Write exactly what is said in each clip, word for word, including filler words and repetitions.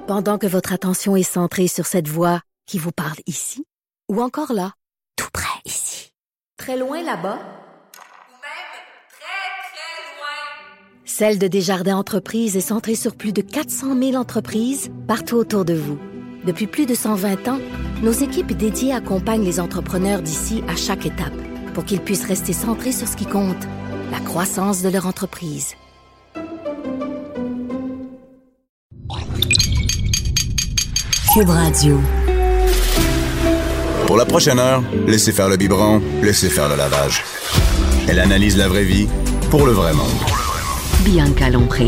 Pendant que votre attention est centrée sur cette voix qui vous parle ici, ou encore là, tout près ici, très loin là-bas, ou même très, très loin, Celle de Desjardins Entreprises est centrée sur plus de quatre cent mille entreprises partout autour de vous. Depuis plus de cent vingt ans, nos équipes dédiées accompagnent les entrepreneurs d'ici à chaque étape pour qu'ils puissent rester centrés sur ce qui compte, la croissance de leur entreprise. Cube Radio. Pour la prochaine heure, laissez faire le biberon, laissez faire le lavage. Elle analyse la vraie vie pour le vrai monde. Bianca Lompré.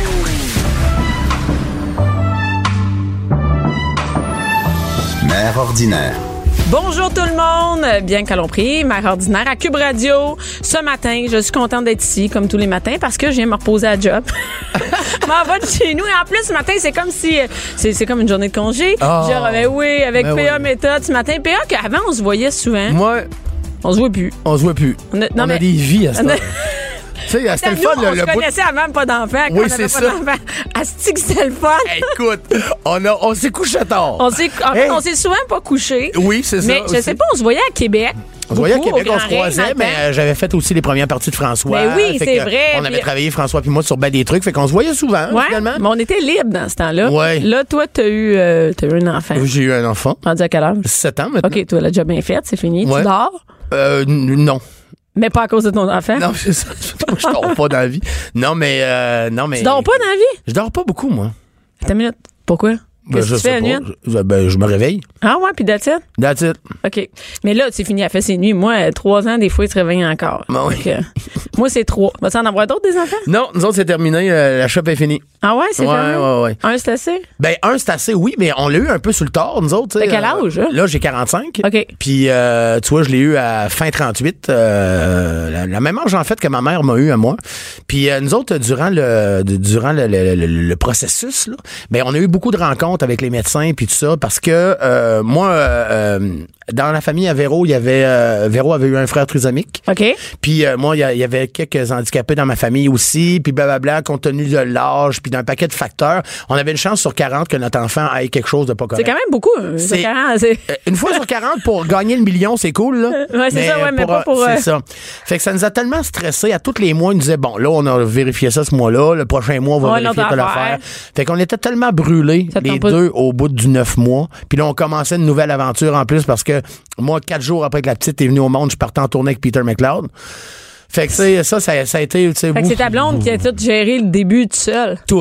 Mère ordinaire. Bonjour tout le monde, bien Lompré, mère ordinaire à Cube Radio. Ce matin, je suis contente d'être ici, comme tous les matins, parce que je viens me reposer à job. Je m'en vais de chez nous. Et en plus, ce matin, c'est comme si... C'est, c'est comme une journée de congé. Oh, Genre, ben oui, avec ben P A oui. Méthode ce matin. P A, qu'avant, on se voyait souvent. Moi... On se voit plus. On se voit plus. On a, non, on mais, a des vies à ce temps. Tu sais, c'était le fun. Nous, le, on le se connaissait bout... avant, pas d'enfant. Oui, on c'est pas ça. D'enfant. Asti que c'était le fun. Écoute, on, a, on s'est couché tard. On s'est, en hey. fait, on s'est souvent pas couché. Oui, c'est ça. Mais je sais pas, on se voyait à Québec. On se voyait à Québec, on se croisait, mais euh, j'avais fait aussi les premières parties de François. Mais oui, c'est vrai. On avait puis... travaillé, François puis moi, sur ben des trucs, fait qu'on se voyait souvent, ouais, finalement. Mais on était libres dans ce temps-là. Ouais. Là, toi, t'as eu, euh, t'as eu un enfant. J'ai eu un enfant. Rendu à quel âge? sept ans maintenant. OK, toi, la job bien faite, c'est fini. Ouais. Tu dors? Euh, non. Mais pas à cause de ton enfant? Non, c'est ça. Je dors pas dans la vie. Non, mais, euh, non, mais. Tu dors pas dans la vie? Je dors pas beaucoup, moi. Attends une minute. Pourquoi? Ben, Qu'est-ce que tu fais la nuit? Je, ben, je me réveille. Ah ouais, puis that's it? That's it. OK. Mais là, c'est fini, elle fait ses nuits. Moi, trois ans, des fois, il se réveille encore. Ben oui. Donc, euh, moi, c'est trois. Vas-tu en avoir d'autres, des enfants? Non, nous autres, c'est terminé. Euh, la shop est finie. Ah ouais, c'est ouais, fermé? Ouais, ouais. Un, c'est assez? Ben, un, c'est assez, oui, mais on l'a eu un peu sur le tard, nous autres. De quel âge? Euh, là, j'ai quarante-cinq. OK. Puis, euh, tu vois, je l'ai eu à fin trente-huit. Euh, la, la même âge, en fait, que ma mère m'a eu à moi. Puis, euh, nous autres, durant le durant le, le, le, le processus, là, ben, on a eu beaucoup de rencontres avec les médecins puis tout ça, parce que euh, moi, euh, dans la famille à Véro, il y avait euh, Véro avait eu un frère trisomique. OK. Puis euh, moi, il y, y avait quelques handicapés dans ma famille aussi, puis blablabla, compte tenu de l'âge, puis d'un paquet de facteurs, on avait une chance sur quarante que notre enfant ait quelque chose de pas correct. C'est quand même beaucoup. C'est, quarante, c'est... Une fois sur quarante pour gagner le million, c'est cool, là. Ouais, c'est mais ça, ouais, mais pour, pas pour... C'est euh... ça. Fait que ça nous a tellement stressés. À tous les mois, ils nous disaient, bon, là, on a vérifié ça ce mois-là, le prochain mois, on va ouais, vérifier telle affaire. Fait qu'on était tellement brûlés, ça les pas... deux, au bout du neuf mois. Puis là, on commençait une nouvelle aventure en plus parce que moi, quatre jours après que la petite est venue au monde, je partais en tournée avec Peter McLeod. Fait que ça, ça, ça, ça a été... Fait que c'est ta blonde qui a tout géré le début tout seul. Tout.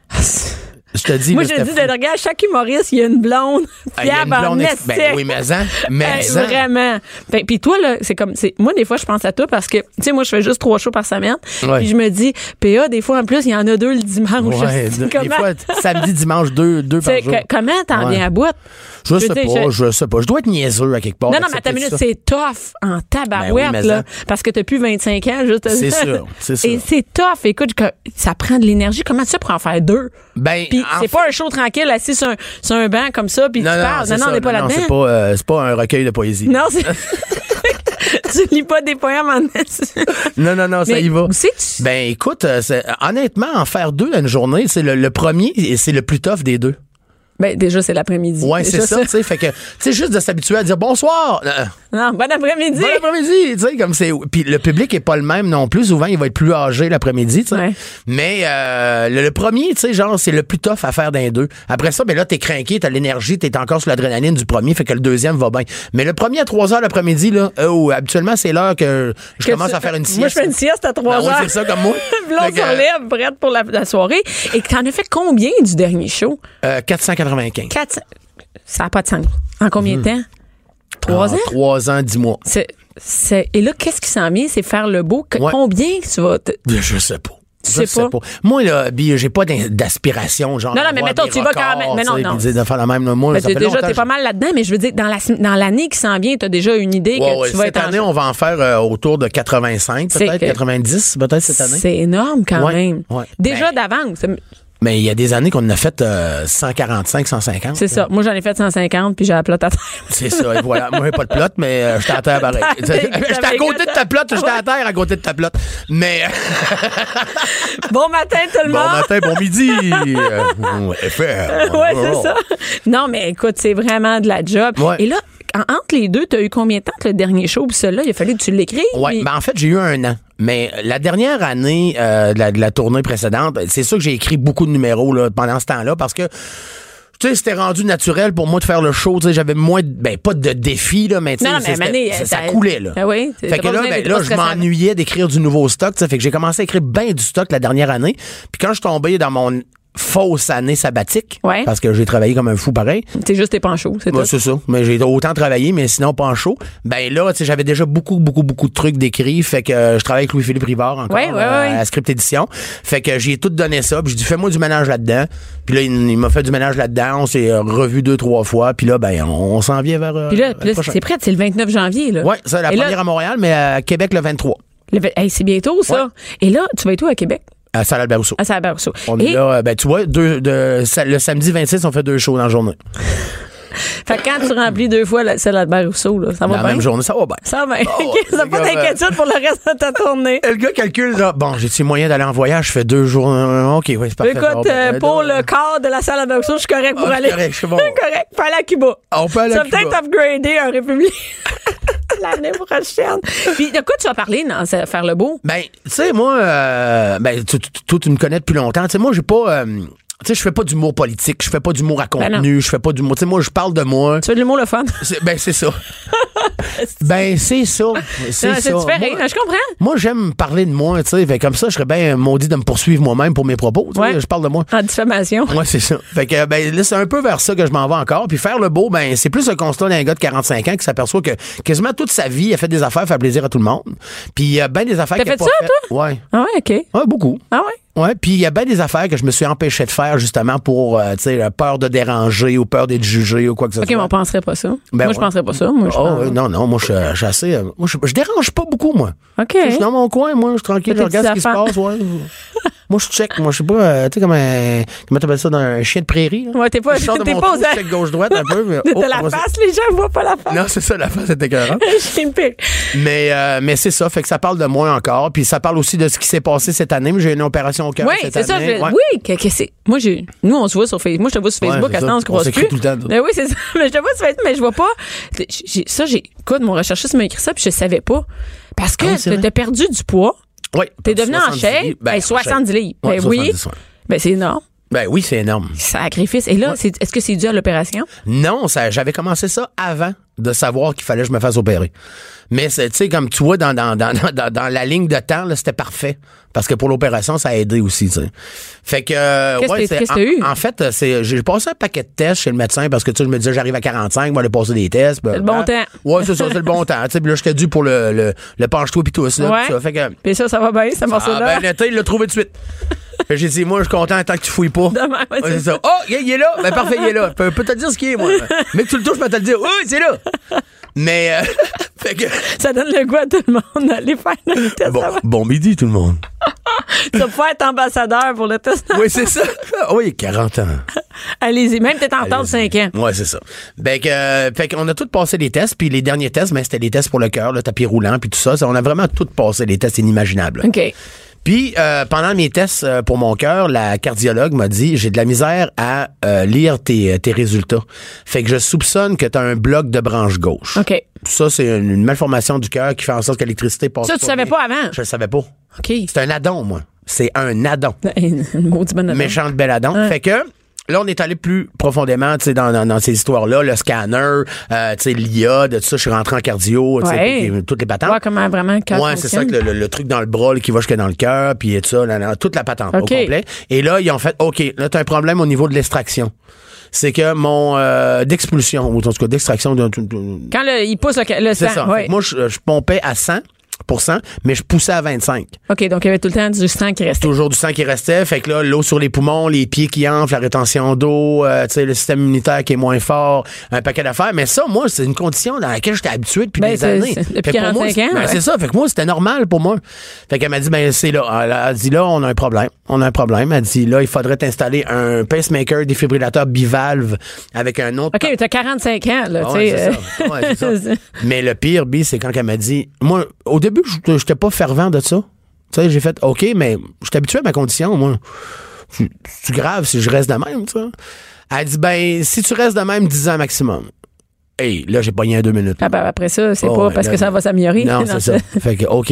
Je te dis, moi, là, je dis, de regarde, chaque humoriste, il y a une blonde. Ah, il y a une blonde ex- ben oui, mais hein, mais hein. Vraiment. Ben, puis toi, là, c'est comme, c'est, moi, des fois, je pense à toi parce que, tu sais, moi, je fais juste trois shows par semaine. Ouais. Puis je me dis, P A, des fois, en plus, il y en a deux le dimanche. Ouais, de, des fois, samedi, dimanche, deux, deux par jour. Que, comment t'en ouais. viens à bout? Je, je sais pas, je... je sais pas. Je dois être niaiseux à quelque part. Non, non, mais ta minute, c'est tough en tabarouette, ben oui, là. Parce que t'as plus vingt-cinq ans, juste. C'est sûr, c'est sûr. Et c'est tough. Écoute, ça prend de l'énergie. Comment tu fais pour en faire deux? Ben, puis c'est fait... pas un show tranquille, assis sur un, sur un banc comme ça, puis tu parles. Non, non, on n'est pas non, là-dedans. C'est pas, euh, c'est pas un recueil de poésie. Non, c'est... tu lis pas des poèmes en Non, non, non, ça mais y va. Où c'est tu... Ben, écoute, c'est, honnêtement, en faire deux dans une journée, c'est le, le premier et c'est le plus tough des deux. Ben, déjà, c'est l'après-midi. Ouais, c'est ça, tu sais. Fait que, tu sais, juste de s'habituer à dire bonsoir. Non, bon après-midi. Bon après-midi, tu sais, comme c'est. Puis le public est pas le même non plus. Souvent, il va être plus âgé l'après-midi, tu sais. Ouais. Mais, euh, le, le premier, tu sais, genre, c'est le plus tough à faire d'un deux. Après ça, ben là, t'es craqué, t'as l'énergie, t'es encore sur l'adrénaline du premier, fait que le deuxième va bien. Mais le premier à trois heures l'après-midi, là, oh, habituellement, c'est l'heure que je que commence tu, à faire une sieste. Moi, je fais une sieste à trois ben, heures. Oui, c'est ça, comme moi. Là, on s'enlève, prête pour la, la soirée. Et t'en as fait combien du dernier show? Euh, quatre cent quatre-vingt-quinze. quatre cents Ça n'a pas de sens. En combien mmh. de temps? Trois ah, ans? Trois ans, dix mois. C'est, c'est, et là, qu'est-ce qui s'en vient? C'est faire le beau. Ouais. Combien tu vas... Te... Je sais pas. Tu sais pas. pas. Moi, là, j'ai pas d'aspiration, genre. Non, non, mais mettons, tu y vas quand même. Mais non, non. De faire la même, là, moi, mais ça t'es fait déjà, longtemps, t'es pas mal là-dedans, mais je veux dire, dans, la, dans l'année qui s'en vient, t'as déjà une idée ouais, que ouais, tu vas cette être année, en... on va en faire euh, autour de quatre-vingt-cinq, peut-être, que... quatre-vingt-dix, peut-être, cette année. C'est énorme, quand ouais, même. Ouais. Déjà ben... d'avance. Mais il y a des années qu'on en a fait euh, cent quarante-cinq, cent cinquante. C'est ça. Moi, j'en ai fait cent cinquante, puis j'ai la plotte à terre. C'est ça, et voilà. Moi, j'ai pas de plotte, mais euh, j'étais à terre pareil. J'étais à côté de ta plotte, j'étais à terre à côté de ta plotte. Mais... Bon matin, tout le bon monde! matin, bon midi! euh, F R. Ouais, c'est ça. Non, mais écoute, c'est vraiment de la job. Ouais. Et là, en- entre les deux, t'as eu combien de temps que le dernier show, puis celui-là, il a fallu que tu l'écrives? Ouais, puis- ben en fait, j'ai eu un an. Mais la dernière année euh, de, la, de la tournée précédente, c'est sûr que j'ai écrit beaucoup de numéros là, pendant ce temps-là parce que tu sais, c'était rendu naturel pour moi de faire le show. Tu sais, j'avais moins, de, ben pas de défis là, mais tu sais, Non, non, mais c'était- Mané, ça, ça ça- coulait là. Ah oui, Fait t'as que pas là, besoin ben, d'être là, trop je stressant. m'ennuyais d'écrire du nouveau stock. Tu sais, fait que j'ai commencé à écrire bien du stock la dernière année. Puis quand je tombais dans mon fausse année sabbatique, Ouais. parce que j'ai travaillé comme un fou pareil. C'est juste tes panchos, c'est Ouais, tout. c'est ça. Mais j'ai autant travaillé, mais sinon pas en show. Ben là, tu sais, j'avais déjà beaucoup, beaucoup, beaucoup de trucs d'écrits. Fait que euh, je travaille avec Louis-Philippe Rivard encore Ouais, ouais, euh, ouais. à Script Édition. Fait que j'ai tout donné ça. Puis j'ai dit, fais-moi du ménage là-dedans. Puis là, il, il m'a fait du ménage là-dedans. On s'est euh, revu deux, trois fois. Puis là, ben, on, on s'en vient vers. Euh, Puis là, le puis là, prochain. c'est prêt, c'est le vingt-neuf janvier, là. Ouais, ça, la Et là- première à Montréal, mais à Québec le vingt-trois. Le- hey, c'est bientôt, ça. Ouais. Et là, tu vas être où à Québec? À Salle Albert Rousseau. À Saint-Rousseau. On Et, est là, euh, ben, tu vois, deux, de, sa- le samedi vingt-six, on fait deux shows dans la journée. fait que quand tu remplis deux fois la, celle d'Albert Rousseau, là, ça va Dans la bien? même journée, ça va bien. Ça va bien. Oh, OK, ça c'est pas comme, euh, d'inquiétude pour le reste de ta tournée. Le gars calcule, là, bon, j'ai-tu moyen d'aller en voyage? Je fais deux jours. euh, OK, oui, c'est parfait. ça va Écoute, bien. euh, pour Euh, le quart de la salle d'Albert Rousseau, je suis correct pour Ah, aller. correct, c'est bon. correct. Faut aller à Cuba. On peut aller Ça à va peut-être Cuba. upgrader un République l'année prochaine. Puis de quoi tu vas parler dans ce- Faire le beau? Ben, tu sais, moi, euh, ben, tu, tu, tu- tu me connais depuis longtemps. Tu sais, moi, j'ai pas. euh, tu sais, je fais pas d'humour politique, je fais pas d'humour à Ben non. contenu, je fais pas d'humour. Tu sais, moi, je parle de moi. Tu veux de l'humour le fun? C'est- Ben, c'est ça. ben, c'est ça. C'est Non, ça. c'est différent. Moi, Je comprends. moi, j'aime parler de moi, tu sais. Fait comme ça, je serais bien maudit de me poursuivre moi-même pour mes propos. Tu sais, Ouais. Je parle de moi. En diffamation. Ouais, c'est ça. Fait que, ben, là, c'est un peu vers ça que je m'en vais encore. Puis faire le beau, ben, c'est plus un constat d'un gars de quarante-cinq ans qui s'aperçoit que quasiment toute sa vie, il a fait des affaires, fait plaisir à tout le monde. Puis il y a ben des affaires T'as qu'il a fait pas ça, faites. Ouais. Ah ouais, OK. Ouais, beaucoup. Ah ouais? Ouais, puis il y a bien des affaires que je me suis empêché de faire justement pour, euh, tu sais, la peur de déranger ou peur d'être jugé ou quoi que ce OK, soit. mais on penserait pas ça. Ben moi, je ouais. penserais pas ça. Moi, je Oh, pense- ouais, non, non, moi, je je suis assez. euh, moi, je, je dérange pas beaucoup, moi. OK. Je suis dans mon coin, moi, je suis tranquille, Fais je tes regarde ce qui se petites passe, ouais. Moi, je check. Moi, je sais pas, euh, tu sais, comme un. Comment t'appelles ça, dans un chien de prairie, là? Ouais, t'es pas- Je sors de t'es mon pas trou, aux- je check gauche-droite un peu. Mais, De oh, la moi, face, les gens voient pas la c'est- face. Non, c'est ça, la face était écœurante. J'ai une pique. Mais, euh, mais c'est ça, fait que ça parle de moi encore, puis ça parle aussi de ce qui s'est passé cette année. J'ai une opération au cœur Oui, cette c'est ça. année. je- Ouais. Oui, que, que c'est. Moi, j'ai. Nous, on se voit sur Facebook. Moi, je te vois sur Ouais, Facebook. c'est à ce ça. temps, on se On croise s'écrit plus. tout le temps, nous. Mais oui, c'est ça. Mais je te vois sur Facebook, mais je vois pas. J'ai- ça, j'ai. Écoute, mon recherchiste m'a écrit ça, puis je savais pas. Parce que Ah oui, c'est t'as vrai. t'as perdu du poids. Oui. T'es devenu en soixante-dix shape. livres. Ben, en soixante-dix shape. livres. Ouais, Ben oui. soixante-dix, ouais. Ben, c'est énorme. Ben oui, c'est énorme. Sacrifice. Et là, c'est- est-ce que c'est dû à l'opération? Non, ça, j'avais commencé ça avant de savoir qu'il fallait que je me fasse opérer. Mais c'est, tu sais, comme tu vois, dans, dans, dans, dans, dans la ligne de temps, là, c'était parfait. Parce que pour l'opération, ça a aidé aussi, tu sais. Fait que, euh, Qu'est-ce ouais, que- c'est- qu'est-ce que en, t'as eu? en fait, c'est, j'ai passé un paquet de tests chez le médecin parce que, tu sais, je me disais, j'arrive à quarante-cinq, moi, aller passer des tests. C'est le bon temps. Ouais, c'est ça, c'est le bon temps. Tu sais, puis là, j'étais dû pour le, le, le penche-toi pis tout ça. Ouais. pis ça. Fait que, Puis ça, ça va bien, ça marche ah, là. ben, l'été, il l'a trouvé de suite. Fait que j'ai dit, moi, je suis content tant que tu fouilles pas. Demain, ouais, Ouais, c'est c'est ça. Oh, il il est là. Ben, parfait, il est là. Je peux, peux te dire ce qu'il est, moi. Mais que tu le touches, je peux te le dire. Oui, c'est là. Mais, euh, fait que. Ça donne le goût à tout le monde d'aller faire le test. Bon, avant. bon midi, tout le monde. Tu vas pouvoir être ambassadeur pour le test. Oui, c'est ça. Ah oui, quarante ans. Allez-y. Même peut-être en retard de cinq ans. Ouais, c'est ça. Ben, que, euh, fait qu'on a tous passé les tests, puis les derniers tests, ben, c'était les tests pour le cœur, le tapis roulant, puis tout ça. Ça, on a vraiment tous passé les tests inimaginables. OK. Puis, euh, pendant mes tests euh, pour mon cœur, la cardiologue m'a dit, j'ai de la misère à euh, lire tes, tes résultats. Fait que je soupçonne que tu as un bloc de branche gauche. OK. Ça, c'est une, une malformation du cœur qui fait en sorte que l'électricité passe Ça, tu savais bien. pas avant? Je le savais pas. OK. C'est un addon, moi. C'est un addon. Le maudit bon addon. Méchant de bel addon. Ouais. Fait que... Là, on est allé plus profondément, tu sais, dans, dans, dans ces histoires-là, le scanner, euh, tu sais, l'I A, de tout ça, je suis rentré en cardio, tu sais, Ouais. toutes les- toutes les patentes. Voir comment vraiment le cœur Ouais, c'est ça, fonctionne. que le, le- le truc dans le bras là, qui va jusque dans le cœur, puis tout ça, là, là, toute la patente OK. au complet. Et là, ils ont fait, OK, là, t'as un problème au niveau de l'extraction. C'est que mon euh, d'expulsion, ou en tout cas d'extraction, de, de- de- Quand le- il pousse le, le sang. c'est ça. ouais. Fait que moi, je, je pompais à cent. pour cent, mais je poussais à vingt-cinq. OK, donc il y avait tout le temps du sang qui restait. Toujours du sang qui restait. Fait que là, l'eau sur les poumons, les pieds qui enflent, la rétention d'eau, euh, tu sais, le système immunitaire qui est moins fort, un paquet d'affaires. Mais ça, moi, c'est une condition dans laquelle j'étais habitué depuis ben, des c'est, années. C'est, depuis fait quarante-cinq moi, ans. Ben, ouais. c'est ça. Fait que moi, c'était normal pour moi. Fait qu'elle m'a dit, ben, c'est là. Elle a dit, là, on a un problème. On a un problème. Elle dit, là, il faudrait t'installer un pacemaker défibrillateur bivalve avec un autre. OK, t'as quarante-cinq ans, là, ah, tu ouais, sais. c'est ça. Ouais, c'est ça. Mais le pire, B, c'est quand elle m'a dit, moi, au début, j'étais pas fervent de ça. Tu sais, j'ai fait, OK, mais je suis habitué à ma condition, moi. C'est grave si je reste de même, tu sais. Elle dit, ben, si tu restes de même dix ans maximum. Hey, là, j'ai pogné un deux minutes. Ah, ben, après ça, c'est oh, pas ouais, parce là, que ça va s'améliorer. Non, c'est ça. Fait que, OK.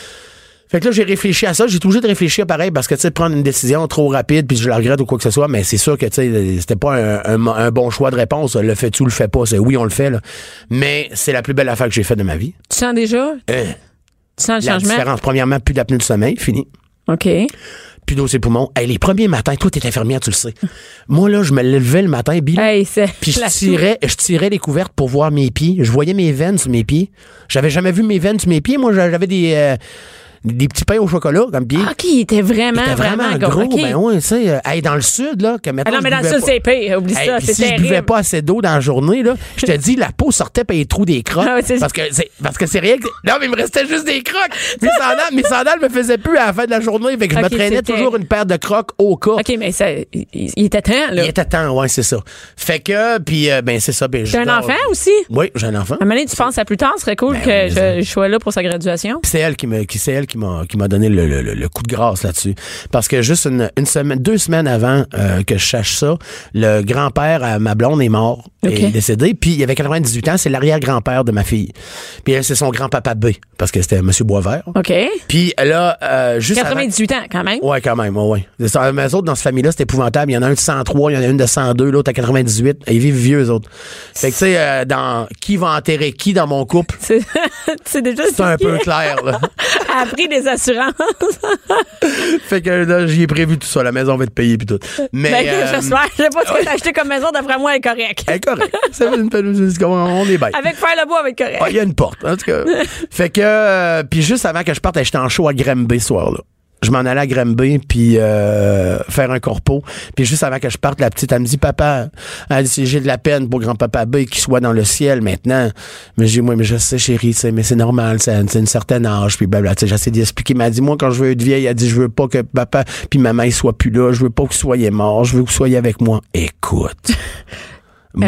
Fait que là, j'ai réfléchi à ça. J'ai toujours de réfléchir pareil parce que, tu sais, prendre une décision trop rapide puis je la regrette ou quoi que ce soit, mais c'est sûr que, tu sais, c'était pas un, un, un bon choix de réponse. Le fais-tu ou le fais pas? C'est oui, on le fait, là. Mais c'est la plus belle affaire que j'ai faite de ma vie. Tu sens déjà? Euh, tu sens le la changement? différence, premièrement, plus d'apnée du sommeil, fini. OK. Plus d'eau sur les poumons. Hey, les premiers matins, toi, t'es infirmière, tu le sais. Moi, là, je me levais le matin, Bill. Hey, c'est Puis je tirais, je tirais les couvertes pour voir mes pieds. Je voyais mes veines sur mes pieds. J'avais jamais vu mes veines sur mes pieds. Moi, j'avais des... Euh, des petits pains au chocolat comme pied. OK, il était vraiment, il était vraiment, vraiment gros. Okay. Ben ouais, tu sais, euh, hey, dans le sud, là, que maintenant. Ah non, mais dans le sud, c'est pire. Oublie hey, ça, c'est si terrible. je buvais pas assez d'eau dans la journée, là, je te dis, la peau sortait par les trous des crocs. Ah ouais, c'est... Parce que c'est, parce que c'est rien que. Non, mais il me restait juste des crocs. Mes sandales, mes sandales me faisaient plus à la fin de la journée. Fait que okay, je me traînais c'était... toujours une paire de crocs au cas. OK, mais ça, il, il était temps, là. Il était temps, ouais, c'est ça. Fait que, puis, euh, ben, c'est ça. Ben, T'as un dors... enfant aussi? Oui, j'ai un enfant. À un moment donné, tu penses à plus tard, ce serait cool ben, que oui, je, je sois là pour sa graduation? C'est elle qui me, qui, c'est elle qui m'a, qui m'a donné le, le, le, le coup de grâce là-dessus. Parce que juste une, une semaine, deux semaines avant euh, que je sache ça, le grand-père à ma blonde est mort, okay. est décédé, puis il avait quatre-vingt-dix-huit ans, c'est l'arrière-grand-père de ma fille. Puis elle, c'est son grand-papa B, parce que c'était M. Boisvert. OK. Puis là, euh, juste quatre-vingt-dix-huit avant... ans, quand même. Ouais, quand même, ouais, ouais. Ça, mais eux autres, dans cette famille-là, c'est épouvantable. Il y en a un de cent trois, il y en a une de cent deux, l'autre à quatre-vingt-dix-huit. Ils vivent vieux, eux autres. Fait que, tu sais, euh, dans qui va enterrer qui dans mon couple? C'est, c'est déjà... C'est un peu clair, là. A pris des assurances. Fait que là, j'y ai prévu tout ça. La maison va être payée puis tout. Mais. Ben, euh, j'espère. Je sais pas ce que t'as acheté comme maison, d'après moi, elle est correcte. Elle est correcte. Ça veut une on est bête. Avec faire le bois, elle va être correcte. Il y a une porte, en tout cas. Fait que, euh, puis juste avant que je parte, j'étais en show à Granby ce soir-là. Je m'en allais à Granby puis euh, faire un corpo. Puis juste avant que je parte, la petite, elle me dit, papa, elle dit, j'ai de la peine pour grand-papa B qu'il soit dans le ciel maintenant. Mais j'ai dit, moi, mais je sais, chérie, c'est, mais c'est normal, c'est, c'est une certaine âge. Puis blabla, tu sais, j'essaie d'expliquer. Mais elle dit, moi, quand je veux être vieille, elle dit, je veux pas que papa puis maman ils soient plus là. Je veux pas que vous soyez morts. Je veux que vous soyez avec moi. Écoute. Moi,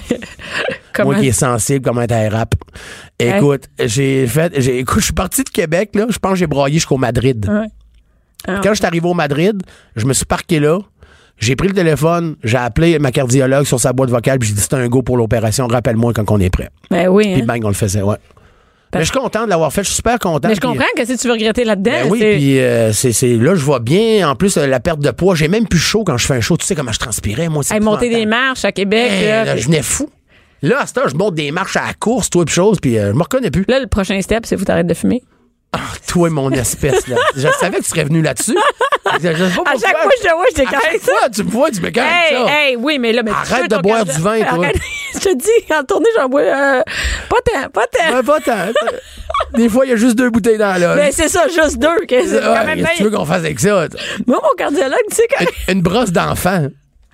moi qui est sensible comme un terre rap. Écoute, hey. j'ai fait, j'ai, écoute, je suis parti de Québec, là. Je pense que j'ai broyé jusqu'au Madrid. Ouais. Ah, Quand je suis arrivé au Madrid, je me suis parqué là. J'ai pris le téléphone, j'ai appelé ma cardiologue sur sa boîte vocale, puis j'ai dit c'est un go pour l'opération, rappelle-moi quand on est prêt. Ben oui. Puis hein. bang, on le faisait, ouais. Mais je suis content de l'avoir fait, je suis super content. Mais je comprends que si tu veux regretter là-dedans. Ben oui, c'est... puis euh, c'est, c'est, là, je vois bien. En plus, euh, la perte de poids, j'ai même plus chaud quand je fais un show. Tu sais comment je transpirais, moi. C'est hey, monter des marches à Québec. Hey, là, là, puis... je venais fou. Là, à ce temps, je monte des marches à la course, toi, puis chose, puis euh, je me reconnais plus. Là, le prochain step, c'est faut t'arrêter de fumer. Ah, toi, mon espèce, là. Je savais que tu serais venu là-dessus. Je, je sais pas à chaque fois que je te vois, je t'ai À chaque fois, tu me vois, tu me calmes hey, ça. Hey, oui, mais là, mais arrête de boire du vin, toi. Arrête. Je te dis, en tournée, j'en bois euh, pas tant, pas tant. Ben, pas tant. Des fois, il y a juste deux bouteilles dans la Ben, c'est ça, juste deux. Que c'est ouais, quand même qu'est-ce que tu veux qu'on fasse avec ça? Moi, mon cardiologue, tu sais, quand... Une, une brosse d'enfant.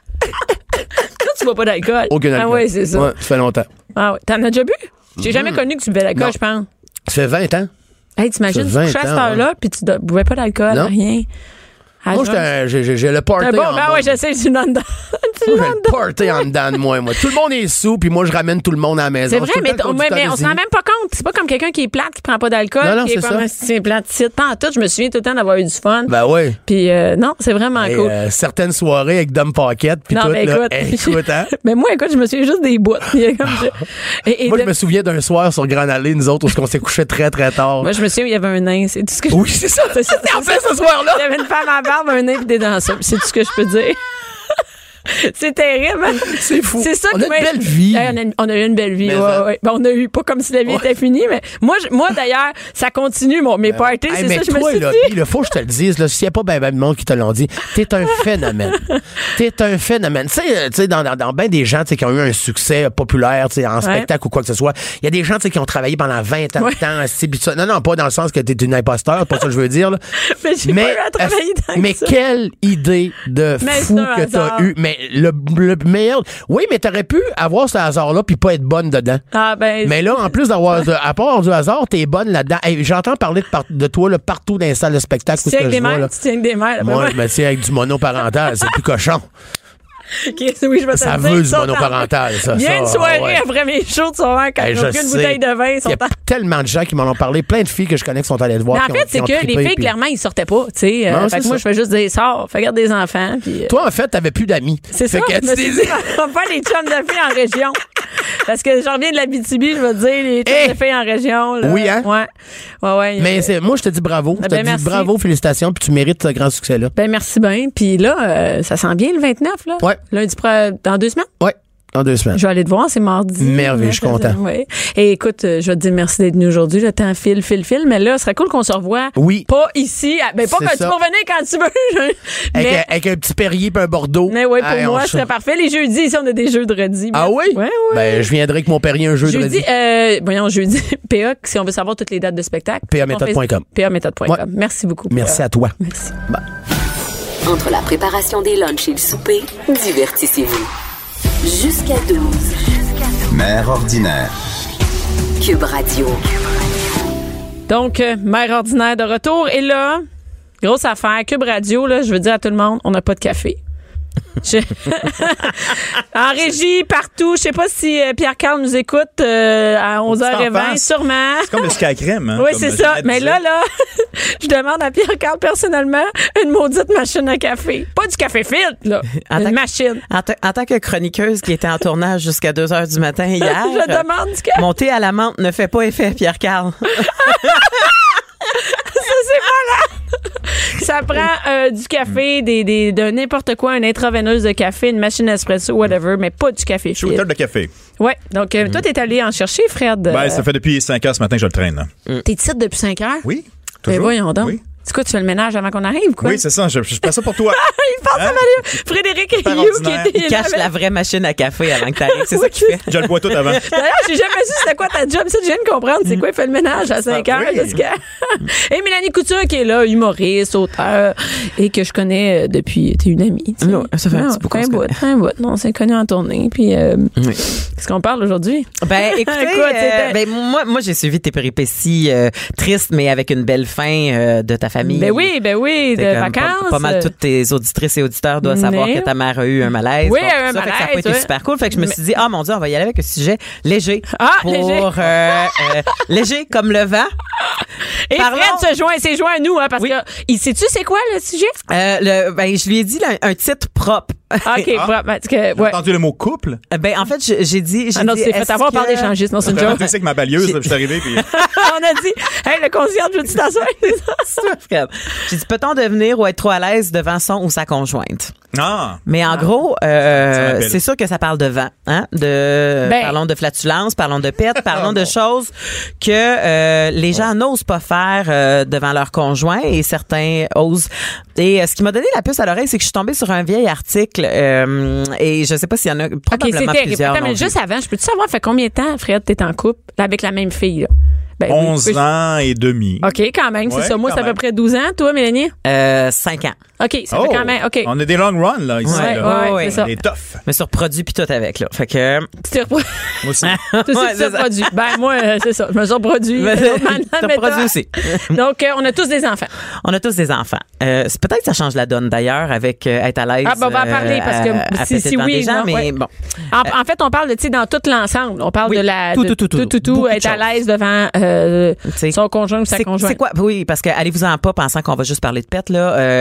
Toi, tu bois pas d'alcool. Aucun alcool. Ah oui, c'est ça. Ouais, ça fait longtemps. Ah ouais. T'en as déjà bu? J'ai mmh. jamais connu que tu buvais d'alcool, je pense. Ça fait vingt ans. Hey, t'imagines, tu couchais à cette heure-là, puis tu ne buvais pas d'alcool, non. rien. À moi, un, j'ai, j'ai le party bon, en ben moi. ouais, je sais, tu l'as dedans. J'ai le party en dedans de moi, moi. Tout le monde est sous, puis moi, je ramène tout le monde à la maison. C'est vrai, mais, mais, mais on s'en rend même pas compte. C'est pas comme quelqu'un qui est plate, qui prend pas d'alcool, non, non, qui est, est comme un c'est plate site. Pas en tout, je me souviens tout le temps d'avoir eu du fun. Ben oui. Puis euh, non, c'est vraiment et, cool. Euh, certaines soirées avec Dom Paquette, puis tout, mais là. Écoute, hey, écoute, hein? Mais moi, écoute, je me souviens juste des bouts. et, et moi, de... je me souviens d'un soir sur Grande Allée, nous autres, où on s'est couché très, très tard. Moi, je me souviens, il y avait un nain, c'est tout ce que Oui, c'est ça. C'est en fait ce soir-là. Il y avait une femme à barbe, un nain, puis des danseurs. C'est tout ce que je peux dire. C'est terrible. C'est fou. C'est ça on qui a une m'a- belle vie. Hey, on, a, on a eu une belle vie. Mais Ouais, ça. ouais. Ben, on a eu, pas comme si la vie Ouais. était finie, mais moi, je- moi d'ailleurs, ça continue, mon, mes parties, Hey, c'est mais ça, je toi, me suis là, dit. puis là, faut que je te le dise, là, s'il n'y a pas ben, ben de monde qui te l'ont dit, t'es un phénomène. T'es un phénomène. Tu sais, euh, tu sais, dans, dans, dans ben des gens, tu sais, qui ont eu un succès populaire, tu sais, en spectacle ou quoi que ce soit, il y a des gens, tu sais, qui ont travaillé pendant vingt ans Ouais. de temps, assis, pis tout ça. Non, non, pas dans le sens que t'es une imposteur, c'est pas ça que je veux dire, là. Mais j'ai pas eu à travailler tant que mais ça. quelle idée de Mais fou c'est un que t'as hasard. eu. Mais le, le meilleur, oui, mais t'aurais pu avoir ce hasard-là puis pas être bonne dedans. Ah, ben. Mais là, en plus d'avoir, de, à part du hasard, t'es bonne là-dedans. Hey, j'entends parler de, par- de toi là, partout dans les salles de spectacle. Tu où ce tiens que avec je des vois, là. mères, tu tiens avec des mères. Moi, je me tiens avec du monoparental, c'est plus cochon. OK, oui, je vais te Ça le dire, veut ils du sont en- monoparental, ça. Bien ça, une soirée ouais. après mes shows de soir quand Hey, ils ont je pris une sais. bouteille de vin. Ils Il sont y a en- tellement de gens qui m'en ont parlé, plein de filles que je connais qui sont allées te voir. Mais en qui fait, ont- qui c'est ont que trippé, les filles, puis- clairement, ils sortaient pas. Tu sais, Non, euh, c'est fait que moi, ça. je fais juste dire, sors, fais garder des enfants. Puis, euh, Toi, en fait, t'avais plus d'amis. c'est ça. Fait que Je me tu suis t'es dit, on va faire les chums de filles en région. Parce que j'en reviens de la B T B, je vais te dire, les chums Hey! de filles en région. Là, Oui, hein? Ouais. Ouais, ouais. Mais euh, c'est, moi, je te dis bravo. Je te ben, dis merci. bravo, félicitations, puis tu mérites ce grand succès-là. Ben, merci bien. Puis là, euh, ça sent bien le vingt-neuf, là. Ouais. Lundi, pro- dans deux semaines. Ouais, dans deux semaines. Je vais aller te voir, c'est mardi. Merveilleux, je suis content. Ouais. Et écoute, euh, je vais te dire merci d'être venu aujourd'hui. Le temps file, file, file. Mais là, ce serait cool qu'on se revoie. Oui. Pas ici. à- Ben, pas C'est que tu ça. peux revenir quand tu veux. Avec, mais, avec un petit Perrier et un Bordeaux. mais oui, pour Hey, moi, on ce serait se- parfait. Les jeudis, ici, on a des jeux de redis. Ah oui? Ouais, ouais. Ben, je viendrai avec mon Perrier un jeu de Jeudi, redis. euh, voyons, jeudi, P A, si on veut savoir toutes les dates de spectacle. P A méthode point com. P A méthode point com. Ouais. Merci beaucoup. Merci P A. à toi. Merci. Entre la préparation des lunchs et le souper, divertissez-vous. Jusqu'à douze. Mère ordinaire. Cube Radio. Donc, euh, mère ordinaire de retour. Et là, grosse affaire, Cube Radio, là, je veux dire à tout le monde, on n'a pas de café. Je- en régie, partout. Je sais pas si euh, Pierre-Carl nous écoute euh, à onze heures vingt, face. sûrement. C'est comme le ski à crème. Hein, Oui, comme c'est Jeannette ça. Mais disait. là, là, je demande à Pierre-Carl personnellement une maudite machine à café. Pas du café filtre, là. En tant Une que- machine. En, ta- en tant que chroniqueuse qui était en tournage jusqu'à deux heures du matin hier, Je demande du café. mon thé à la menthe ne fait pas effet, Pierre-Carl. Ça, c'est malade. Ça prend euh, du café, des, des, de n'importe quoi, une intraveineuse de café, une machine espresso, whatever, mais pas du café Shooter filtre. de café. Ouais. Donc, euh, toi, t'es allé en chercher, Fred. Ben, Euh, ça fait depuis cinq heures ce matin que je le traîne. là. T'es titre depuis cinq heures? Oui, Ben toujours. voyons donc. Oui, C'est quoi, tu fais le ménage avant qu'on arrive, quoi? oui c'est ça. Je, je fais ça pour toi. Il pense à Hein? Mario. Frédéric Super Rioux qui ordinaire. était Il cache avec- la vraie machine à café avant que t'arrives. C'est ça qu'il fait. Je le bois tout avant. D'ailleurs, j'ai jamais su c'était quoi ta job. Ça, je viens de comprendre. C'est quoi, il fait le ménage à cinq heures. oui. Jusqu'à... et Mélanie Couture qui est là, humoriste, auteur, et que je connais euh, depuis... T'es une amie. tu sais. Ouais, ça fait un Non, petit bout qu'on un se bout, connaît. un bout. Non, on s'est connus en tournée. Puis, euh, qu'est-ce qu'on parle aujourd'hui? Ben, écoutez, Écoute, euh, c'était- ben, moi, moi j'ai suivi tes péripéties euh, tristes, mais avec une belle fin euh, de ta famille. Ben oui, ben oui, de C'est comme vacances. Pas, pas mal toutes tes auditrices et auditeurs doivent savoir Mais- que ta mère a eu un malaise. Oui, Bon, un tout ça, fait que ça a pas malaise, été ouais. super cool. Fait que je me suis dit, ah mon Dieu, on va y aller avec un sujet léger. Ah, pour, léger. euh, euh, léger comme le vent. Et Parlons- Fred se joint, s'est joint à nous, hein, parce Oui. que, il sais-tu c'est quoi le sujet? Euh, le, ben, je lui ai dit là, un titre propre. OK, Ah. parce que, J'ai ouais. entendu le mot couple. Euh, ben, en fait, je- j'ai dit. j'ai Ah non, dit, tu t'es fait est-ce avoir par que- des changistes. Non, c'est une J'ai joke. entendu avec ma balieuse, je suis arrivé. Puis... On a dit, hey, le concierge, veux-tu t'asseoir? Fred. J'ai dit, peut-on devenir ou être trop à l'aise devant son ou sa conjointe? Ah! Mais en gros, Ça euh, m'appelle. c'est sûr que ça parle de vent, hein? De, Ben- parlons de flatulence, parlons de pète, parlons de choses que euh, les gens n'osent pas faire euh, devant leur conjoint et certains osent. Et euh, ce qui m'a donné la puce à l'oreille, c'est que je suis tombée sur un vieil article euh, et je sais pas s'il y en a OK, probablement c'est terrible. plusieurs. Attends, mais non juste avant, je peux-tu savoir, fait combien de temps, Fred, t'es en couple là, avec la même fille, là? Ben, oui, onze oui, je- ans et demi. OK, quand même, c'est Ouais, ça. Moi, quand c'est à peu même. près douze ans. Toi, Mélanie? Euh, cinq ans. OK, ça Oh! fait quand même, OK. On a des long runs, là, ici. Ouais, là. ouais, ouais, c'est ça. On est tough. Mais sur produit puis tout avec là. Fait que Tu t'es repro- Moi aussi. Toi aussi, Ouais, tu c'est t'es ça. produit. Ben, moi, euh, c'est ça. Je me suis reproduit. Ben, C'est normal, la t'as méthode. produit aussi. Donc, euh, on a tous des enfants. On a tous des enfants. Euh, c'est peut-être que ça change la donne d'ailleurs avec euh, être à l'aise. Ah, ben, on va en parler, parce que euh, à si- péter si devant oui, des gens, non, mais ouais. bon. En, en fait, on parle de, tu sais, dans tout l'ensemble. On parle Oui, de la. tout, de- tout, tout, tout, tout. Beaucoup de être à choses. l'aise devant euh, Tu sais, son conjoint ou sa C'est conjointe. c'est quoi? Oui, parce que allez-vous-en pas pensant qu'on va juste parler de pète, là. Euh,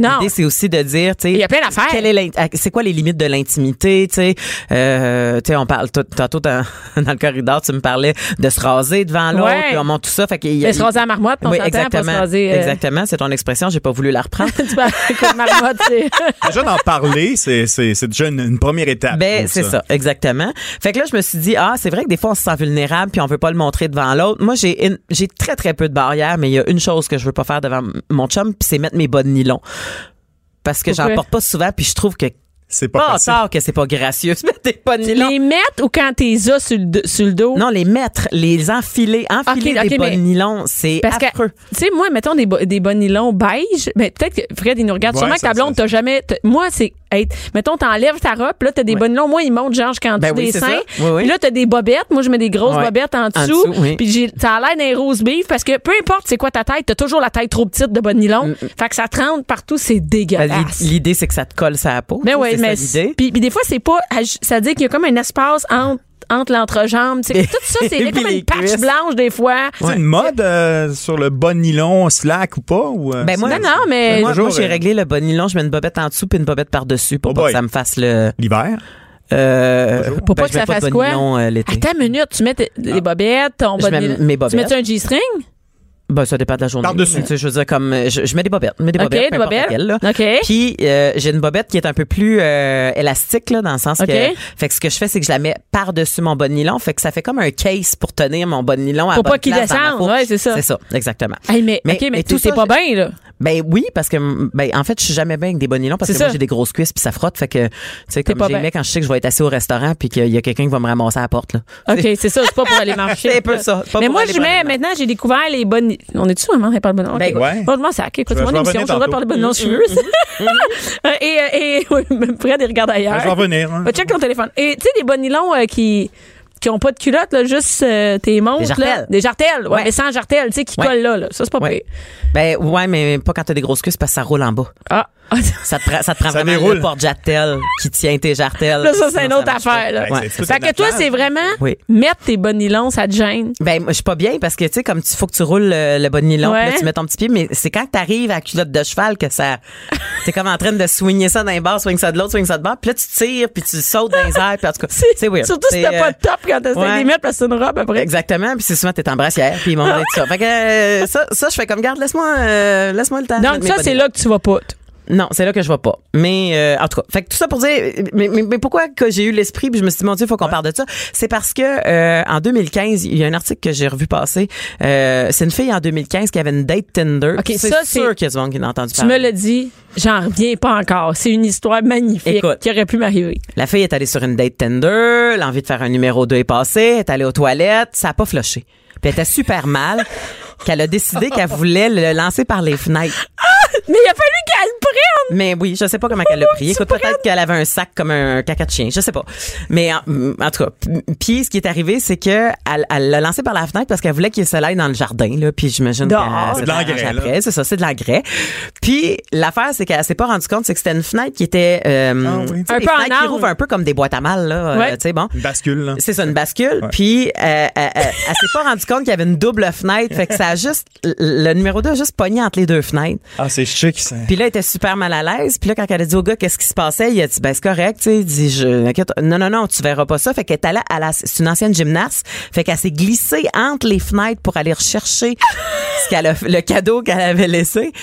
Non. L'idée, c'est aussi de dire, tu sais. Il y a plein d'affaires. Quelle est l'int- c'est quoi les limites de l'intimité, tu sais. Euh, tu sais, on parle, t- tantôt dans, dans le corridor, tu me parlais de se raser devant l'autre, Ouais. puis on monte tout ça. Fait qu'il y a- Mais se raser à marmotte, on oui, s'entend, exactement. pas se raser. euh, Exactement, c'est ton expression, j'ai pas voulu la reprendre. tu parles, écoute, marmotte, c'est. Déjà d'en parler, c'est, c'est, c'est déjà une, une première étape. Ben, je c'est trouve ça. exactement. Fait que là, je me suis dit, ah, c'est vrai que des fois, on se sent vulnérable puis on veut pas le montrer devant l'autre. Moi, j'ai une- j'ai très, très peu de barrières, mais il y a une chose que je veux pas faire devant m- mon chum, puis c'est mettre mes bas de nylon. Parce que j'en Pourquoi? porte pas souvent, puis je trouve que C'est pas pas facile. tard que c'est pas gracieux de mettre des bas de nylon. Les mettre ou quand t'es as sur le, do- sur le dos? Non, les mettre, les enfiler, enfiler Ok, des ok, bas de mais- nylon, c'est Parce que, affreux. tu sais, moi, mettons des, bo- des bas nylons beige. Ben, peut-être que Fred, il nous regarde. Ouais, Sûrement que ta ça, blonde, ça, t'as jamais. t'as- moi, c'est être. Mettons, t'enlèves ta robe, puis là, t'as des bas nylons. Moi, ils montent genre jusqu'en Ben dessous oui, des c'est seins. ça. Oui, oui. Puis là, t'as des bobettes. Moi, je mets des grosses Ouais. bobettes en En dessous. dessous, oui. Puis j'ai, ça a l'air d'un rose beef parce que peu importe c'est quoi ta taille, t'as toujours la taille trop petite de bas nylon. Fait que ça te rentre partout, c'est Ben, dégueulasse. l'i- L'idée, c'est que ça te colle sur la peau. Ben Tu sais, oui, c'est mais ça l'idée. puis, puis des fois c'est pas ça veut dire qu'il y a comme un espace entre entre l'entrejambe, tu sais, tout ça c'est Puis comme les une patch cuisses. blanche des fois. C'est une mode euh, sur le bas nylon slack ou pas? Ou, euh, Ben moi, Non non, mais moi, toujours, moi, j'ai euh, réglé le bas de nylon, je mets une bobette en dessous puis une bobette par-dessus pour Oh pas boy. que ça me fasse le... l'hiver? Euh, pour ben, pas je que mets ça de fasse bas de quoi? nylon, euh, l'été. Attends une minute, tu mets tes- des bobettes, ton Je bas de mets nylon. mes Tu bobettes. mets un G-string? Ben, ça dépend de la journée. Par-dessus. Mais, tu sais, je veux dire, comme, euh, je, je mets des bobettes. Je mets des OK, bobettes. des peu importe bobettes. laquelle, là. OK. Puis, euh, j'ai une bobette qui est un peu plus euh, élastique, là, dans le sens OK. que. Fait que ce que je fais, c'est que je la mets par-dessus mon bas de nylon. Fait que ça fait comme un case pour tenir mon bas de nylon à Pour la pas bonne qu'il place dans ma descende. fourche. Ouais, c'est ça. C'est ça, exactement. Hey, mais, Mais- OK, mais, mais tout tout c'est ça, pas je- bien là. Ben oui, parce que ben en fait, je suis jamais bien avec des bas de nylon parce C'est que moi ça. j'ai des grosses cuisses puis ça frotte, fait que tu sais T'es comme pas j'aimais bien. quand je sais que je vais être assis au restaurant puis qu'il y a quelqu'un qui va me ramasser à la porte là. OK, c'est ça, c'est pas pour aller marcher. C'est un peu ça, c'est pas Mais pour moi, aller je mets, prendre une maintenant, j'ai découvert les bonnes. On est-tu vraiment? On parle de bonnes. Ben, ouais. Bon, je m'en sac. Écoute, Je c'est vais- mon je vais émission. J'ai revenir le droit de parler de bonnes noms si je veux. Et, euh, et, oui, Fred, il regarde ailleurs. Ben, je vais revenir. Hein. Va check ton téléphone. Et tu sais, des bonnes nylons euh, qui. qui ont pas de culotte, là, juste euh, tes montres. Des jartelles. Là. Des jartelles. Ouais, Ouais. mais sans jartelles, tu sais, qui Ouais. collent là, là. Ça, c'est pas Ouais. pire. Ben ouais, mais pas quand t'as des grosses cuisses parce que ça roule en bas. Ah. Ça te prend, ça te prend Ça vraiment déroule. le porte-jartel qui tient tes jartelles. Là, ça, c'est une Sinon, autre marche pas. affaire, là. Ben, Ouais. c'est tout Fait un que toi, attelage. c'est vraiment Oui. mettre tes bonnes nylons, ça te gêne. Ben, moi, je suis pas bien parce que, tu sais, comme tu faut que tu roules le, le bas de nylon, Ouais. puis là, tu mets ton petit pied, mais c'est quand t'arrives à la culotte de cheval que ça, t'es comme en train de swinger ça d'un bord, swing ça de l'autre, swing ça de bord, puis là, tu tires, puis tu sautes dans les airs, puis en tout cas, c'est weird. Surtout si C'est, t'as euh, pas de top quand t'essaies ouais. de les mettre parce que c'est une robe après. Exactement, puis c'est souvent t'es en brassière, puis ils m'ont dit ça. Fait que euh, ça, ça, je fais comme garde, laisse-moi, euh, laisse-moi le temps. de Donc, mettre mes ça, bas de c'est nylon. là que tu vas pas. Non, c'est là que je vois pas. Mais euh, en tout cas, fait que tout ça pour dire, mais, mais, mais pourquoi que j'ai eu l'esprit, puis je me suis dit mon Dieu, faut qu'on parle de ça. C'est parce que euh, en deux mille quinze, il y a un article que j'ai revu passer. Euh, c'est une fille en deux mille quinze qui avait une date Tinder. Ok, c'est ça, sûr c'est- qu'il y a du monde qui l'a entendu Tu parler. me l'as dit, j'en reviens pas encore. C'est une histoire magnifique Écoute. qui aurait pu m'arriver. La fille est allée sur une date Tinder, l'envie de faire un numéro deux est passée, elle est allée aux toilettes, ça a pas floché. Puis elle était super mal, qu'elle a décidé qu'elle voulait le lancer par les fenêtres. Mais il a fallu qu'elle le prenne! Mais oui, je sais pas comment qu'elle l'a pris. Écoute, peut-être qu'elle avait un sac comme un caca de chien, je sais pas. Mais en, en tout cas, puis ce qui est arrivé, c'est que elle, elle l'a lancé par la fenêtre parce qu'elle voulait qu'il se l'aille dans le jardin là, puis j'imagine Dehors. qu'elle C'est de s'est l'engrais, arrangée là. après, c'est ça, c'est de l'engrais. Puis l'affaire, c'est qu'elle s'est pas rendue compte, c'est que c'était une fenêtre qui était euh, Ah oui. tu sais, Un des peu en fenêtres qui angle. rouvrent un peu comme des boîtes à mal là, Ouais. euh, tu sais bon. Une bascule, là. C'est ça, une bascule. Ouais. Puis, euh, elle, elle, elle s'est pas rendue compte qu'il y avait une double fenêtre. Fait que ça a juste, le numéro deux a juste pogné entre les deux fenêtres. Ah, c'est chic, ça. Puis là, elle était super mal à l'aise. Puis là, quand elle a dit au gars qu'est-ce qui se passait, il a dit, ben, c'est correct, tu sais. Il dit, je, inquiète, non, non, non, tu verras pas ça. Fait qu'elle est allée à la, c'est une ancienne gymnaste. Fait qu'elle s'est glissée entre les fenêtres pour aller rechercher ce qu'elle a, le cadeau qu'elle avait laissé.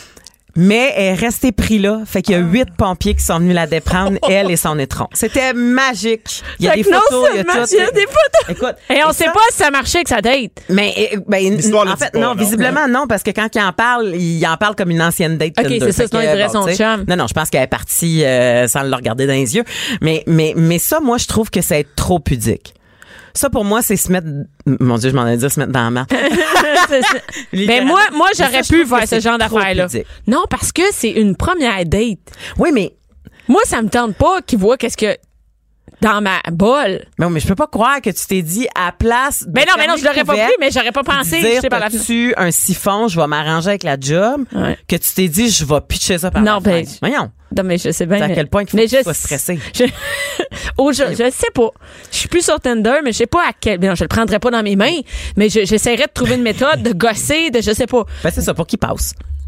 Mais elle est restée pris là. Fait qu'il y a huit pompiers qui sont venus la déprendre, elle et son étron. C'était magique. Il y a Fait des que non photos, il y a seulement tout. il y a des photos. Écoute. Et on et sait ça- pas si ça marchait avec sa date. mais euh, ben, L'histoire le en dit fait pas, non, non. visiblement non parce que quand il en parle, il en parle comme une ancienne date. Ok, Tinder. c'est ça, Fait sinon que, il dirait son tu sais, chum. Non non, je pense qu'elle est partie euh, sans le regarder dans les yeux. Mais mais mais ça, moi, je trouve que c'est être trop pudique. Ça pour moi, c'est se mettre. Mon Dieu, je m'en allais dire se mettre dans la marque. C'est ça. Ben moi, moi Mais ça, j'aurais je pu trouve que faire ce c'est genre trop d'affaires-là. pudique. Non, parce que c'est une première date. Oui, mais Moi, ça me tente pas qu'il voit qu'est-ce que dans ma bolle. mais, mais je peux pas croire que tu t'es dit à place. de Mais non, mais non, fermer je l'aurais le pas couvert, pris, mais j'aurais pas puis de pensé dire, jeter par la fenêtre. t'as-tu un siphon, je vais m'arranger avec la job. Ouais. Que tu t'es dit, je vais pitcher ça par Non, la ben, fenêtre. Voyons. Non, mais je sais bien. C'est à mais- quel point il faut mais que tu je- sois stressé. Je, oh, je, je sais pas. Je suis plus sur Tinder, mais je sais pas à quel. Non, je le prendrais pas dans mes mains, mais je- j'essaierais de trouver une méthode, de gosser, de je sais pas. Ben, c'est ça, pour qu'il passe.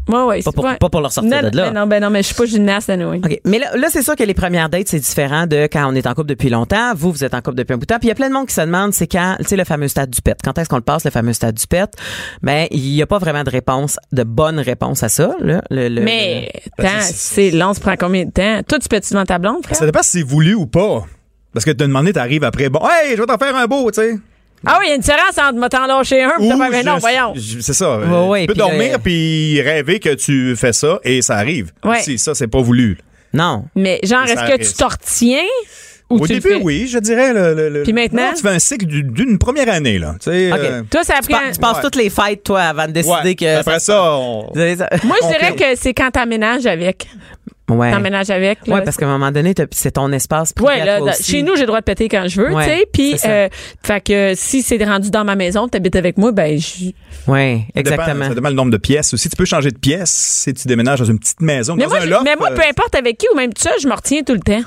Ouais, ouais, Pas pour, ouais. pas pour leur sortir non, de là. Ben non, ben non, mais je suis pas gymnaste, anyway. OK. Mais là, là c'est sûr que les premières dates, c'est différent de quand on est en couple depuis longtemps. Vous, vous êtes en couple depuis un bout de temps. Puis il y a plein de monde qui se demande, c'est quand, tu sais, le fameux stade du pet. Quand est-ce qu'on le passe, le fameux stade du pet? Ben, il y a pas vraiment de réponse, de bonne réponse à ça, là. Le, le, Mais, Ben, temps, c'est- c'est long, ça prend combien de temps? Toi, tu pètes-tu devant ta blonde, frère? Ça dépend si c'est voulu ou pas. Parce que t'as demandé, t'arrives après, bon, hey, je vais t'en faire un beau, tu sais. Ah oui, il y a une différence entre me t'en lâcher un pis t'as Ou pas, mais non, je- voyons. je- C'est ça. Ouais, ouais, tu peux puis là, dormir euh, puis rêver que tu fais ça et ça arrive. Ouais. Si ça, c'est pas voulu. Non. Mais genre, Ça est-ce que reste. tu t'en retiens ou Au tu le début, fais? oui, je dirais. Le, le, le- Puis maintenant? Non, tu fais un cycle du- d'une première année, là. Tu sais, OK. euh, Toi, ça a Tu, pris pa- un- tu passes Ouais. toutes les fêtes, toi, avant de décider ouais. que... Après ça, on... Moi, je on dirais peut- que c'est quand t'emménages avec. Ouais. T'emménages avec. Là. Ouais, parce qu'à un moment donné, t'as- c'est ton espace privé Ouais, à là, toi dans- aussi. chez nous, j'ai le droit de péter quand je veux, Ouais, tu sais. Puis, c'est ça. euh, fait que si c'est rendu dans ma maison, t'habites avec moi, ben, je. Ouais, Ça dépend- exactement. Ça dépend le nombre de pièces aussi. Tu peux changer de pièce si tu déménages dans une petite maison. Mais dans moi, un je- loft, mais moi, euh, peu importe avec qui ou même tout ça, je me retiens tout le temps.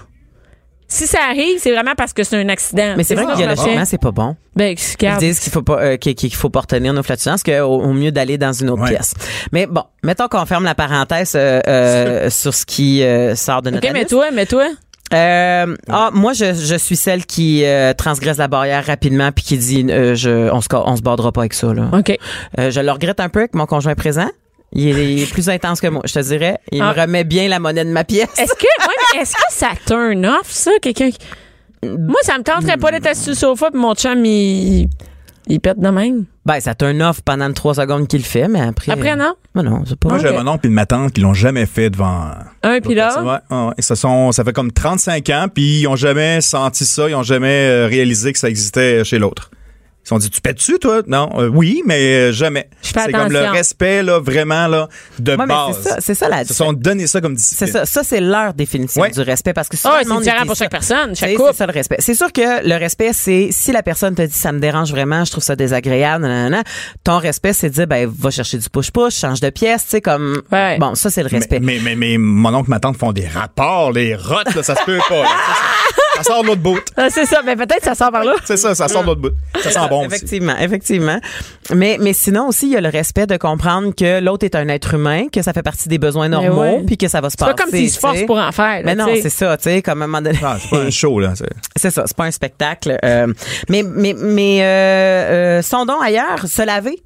Si ça arrive, c'est vraiment parce que c'est un accident. Mais c'est vrai ça que que je me biologiquement, retiens. c'est pas bon. Ben, Ils regarde. disent qu'il faut pas euh, qu'il qu'il faut pas retenir nos flatulences, qu'au au mieux d'aller dans une autre Ouais. pièce. Mais bon, mettons qu'on ferme la parenthèse euh, euh, sur ce qui euh, sort de notre OK, mais anus. toi, mais toi. Euh, ah, moi, je, je suis celle qui euh, transgresse la barrière rapidement puis qui dit euh, je, on se on se bordera pas avec ça là. OK. Euh, je le regrette un peu avec mon conjoint présent. Il est, il est plus intense que moi, je te dirais. Il Ah. me remet bien la monnaie de ma pièce. Est-ce que, ouais, mais est-ce que ça turn off, ça, quelqu'un qui... Moi, ça me tenterait pas d'être assis sur le sofa puis mon chum, il, il pète de même. Ben, ça turn off pendant les trois secondes qu'il le fait, mais après. Après, non? Ben non, c'est pas. Moi, j'ai Ok. mon oncle et ma tante qui l'ont jamais fait devant. Un puis là. Ouais, ouais, ouais. Et ça, sont, ça fait comme trente-cinq ans, puis ils ont jamais senti ça, ils ont jamais euh, réalisé que ça existait chez l'autre. Ils se sont dit, tu pètes-tu, toi? Non, euh, oui, mais euh, jamais. Je fais C'est comme le attention. respect, là, vraiment, là, de Ouais, mais base. c'est ça, c'est ça la Ils se sont donné ça comme discipline. C'est ça, ça c'est leur définition Ouais. du respect parce que souvent, Ah, le c'est monde différent dit pour ça. chaque personne, chaque C'est- couple. C'est ça le respect. C'est sûr que le respect, c'est si la personne te dit ça me dérange vraiment, je trouve ça désagréable, nanana, ton respect, c'est de dire ben va chercher du push-push, change de pièce, tu sais comme Ouais. bon, ça c'est le Mais, respect. mais, mais, mais mon oncle et ma tante font des rapports, les rottes, là, ça se peut pas. là. Ça, ça, ça sort de l'autre bout. Ah, c'est ça, mais peut-être que ça sort par là. C'est ça, ça sort de l'autre bout. Ça sent bon aussi. Effectivement, effectivement. Mais mais sinon aussi il y a le respect de comprendre que l'autre est un être humain, que ça fait partie des besoins Mais normaux, ouais. puis que ça va se C'est passer. pas comme s'il se tu force sais. pour en faire. là, Mais non, tu sais. c'est ça, tu sais, comme à un moment donné. Ah, c'est pas un show, là. c'est- C'est ça, c'est pas un spectacle. euh, mais mais mais euh, euh, sondons ailleurs, se laver.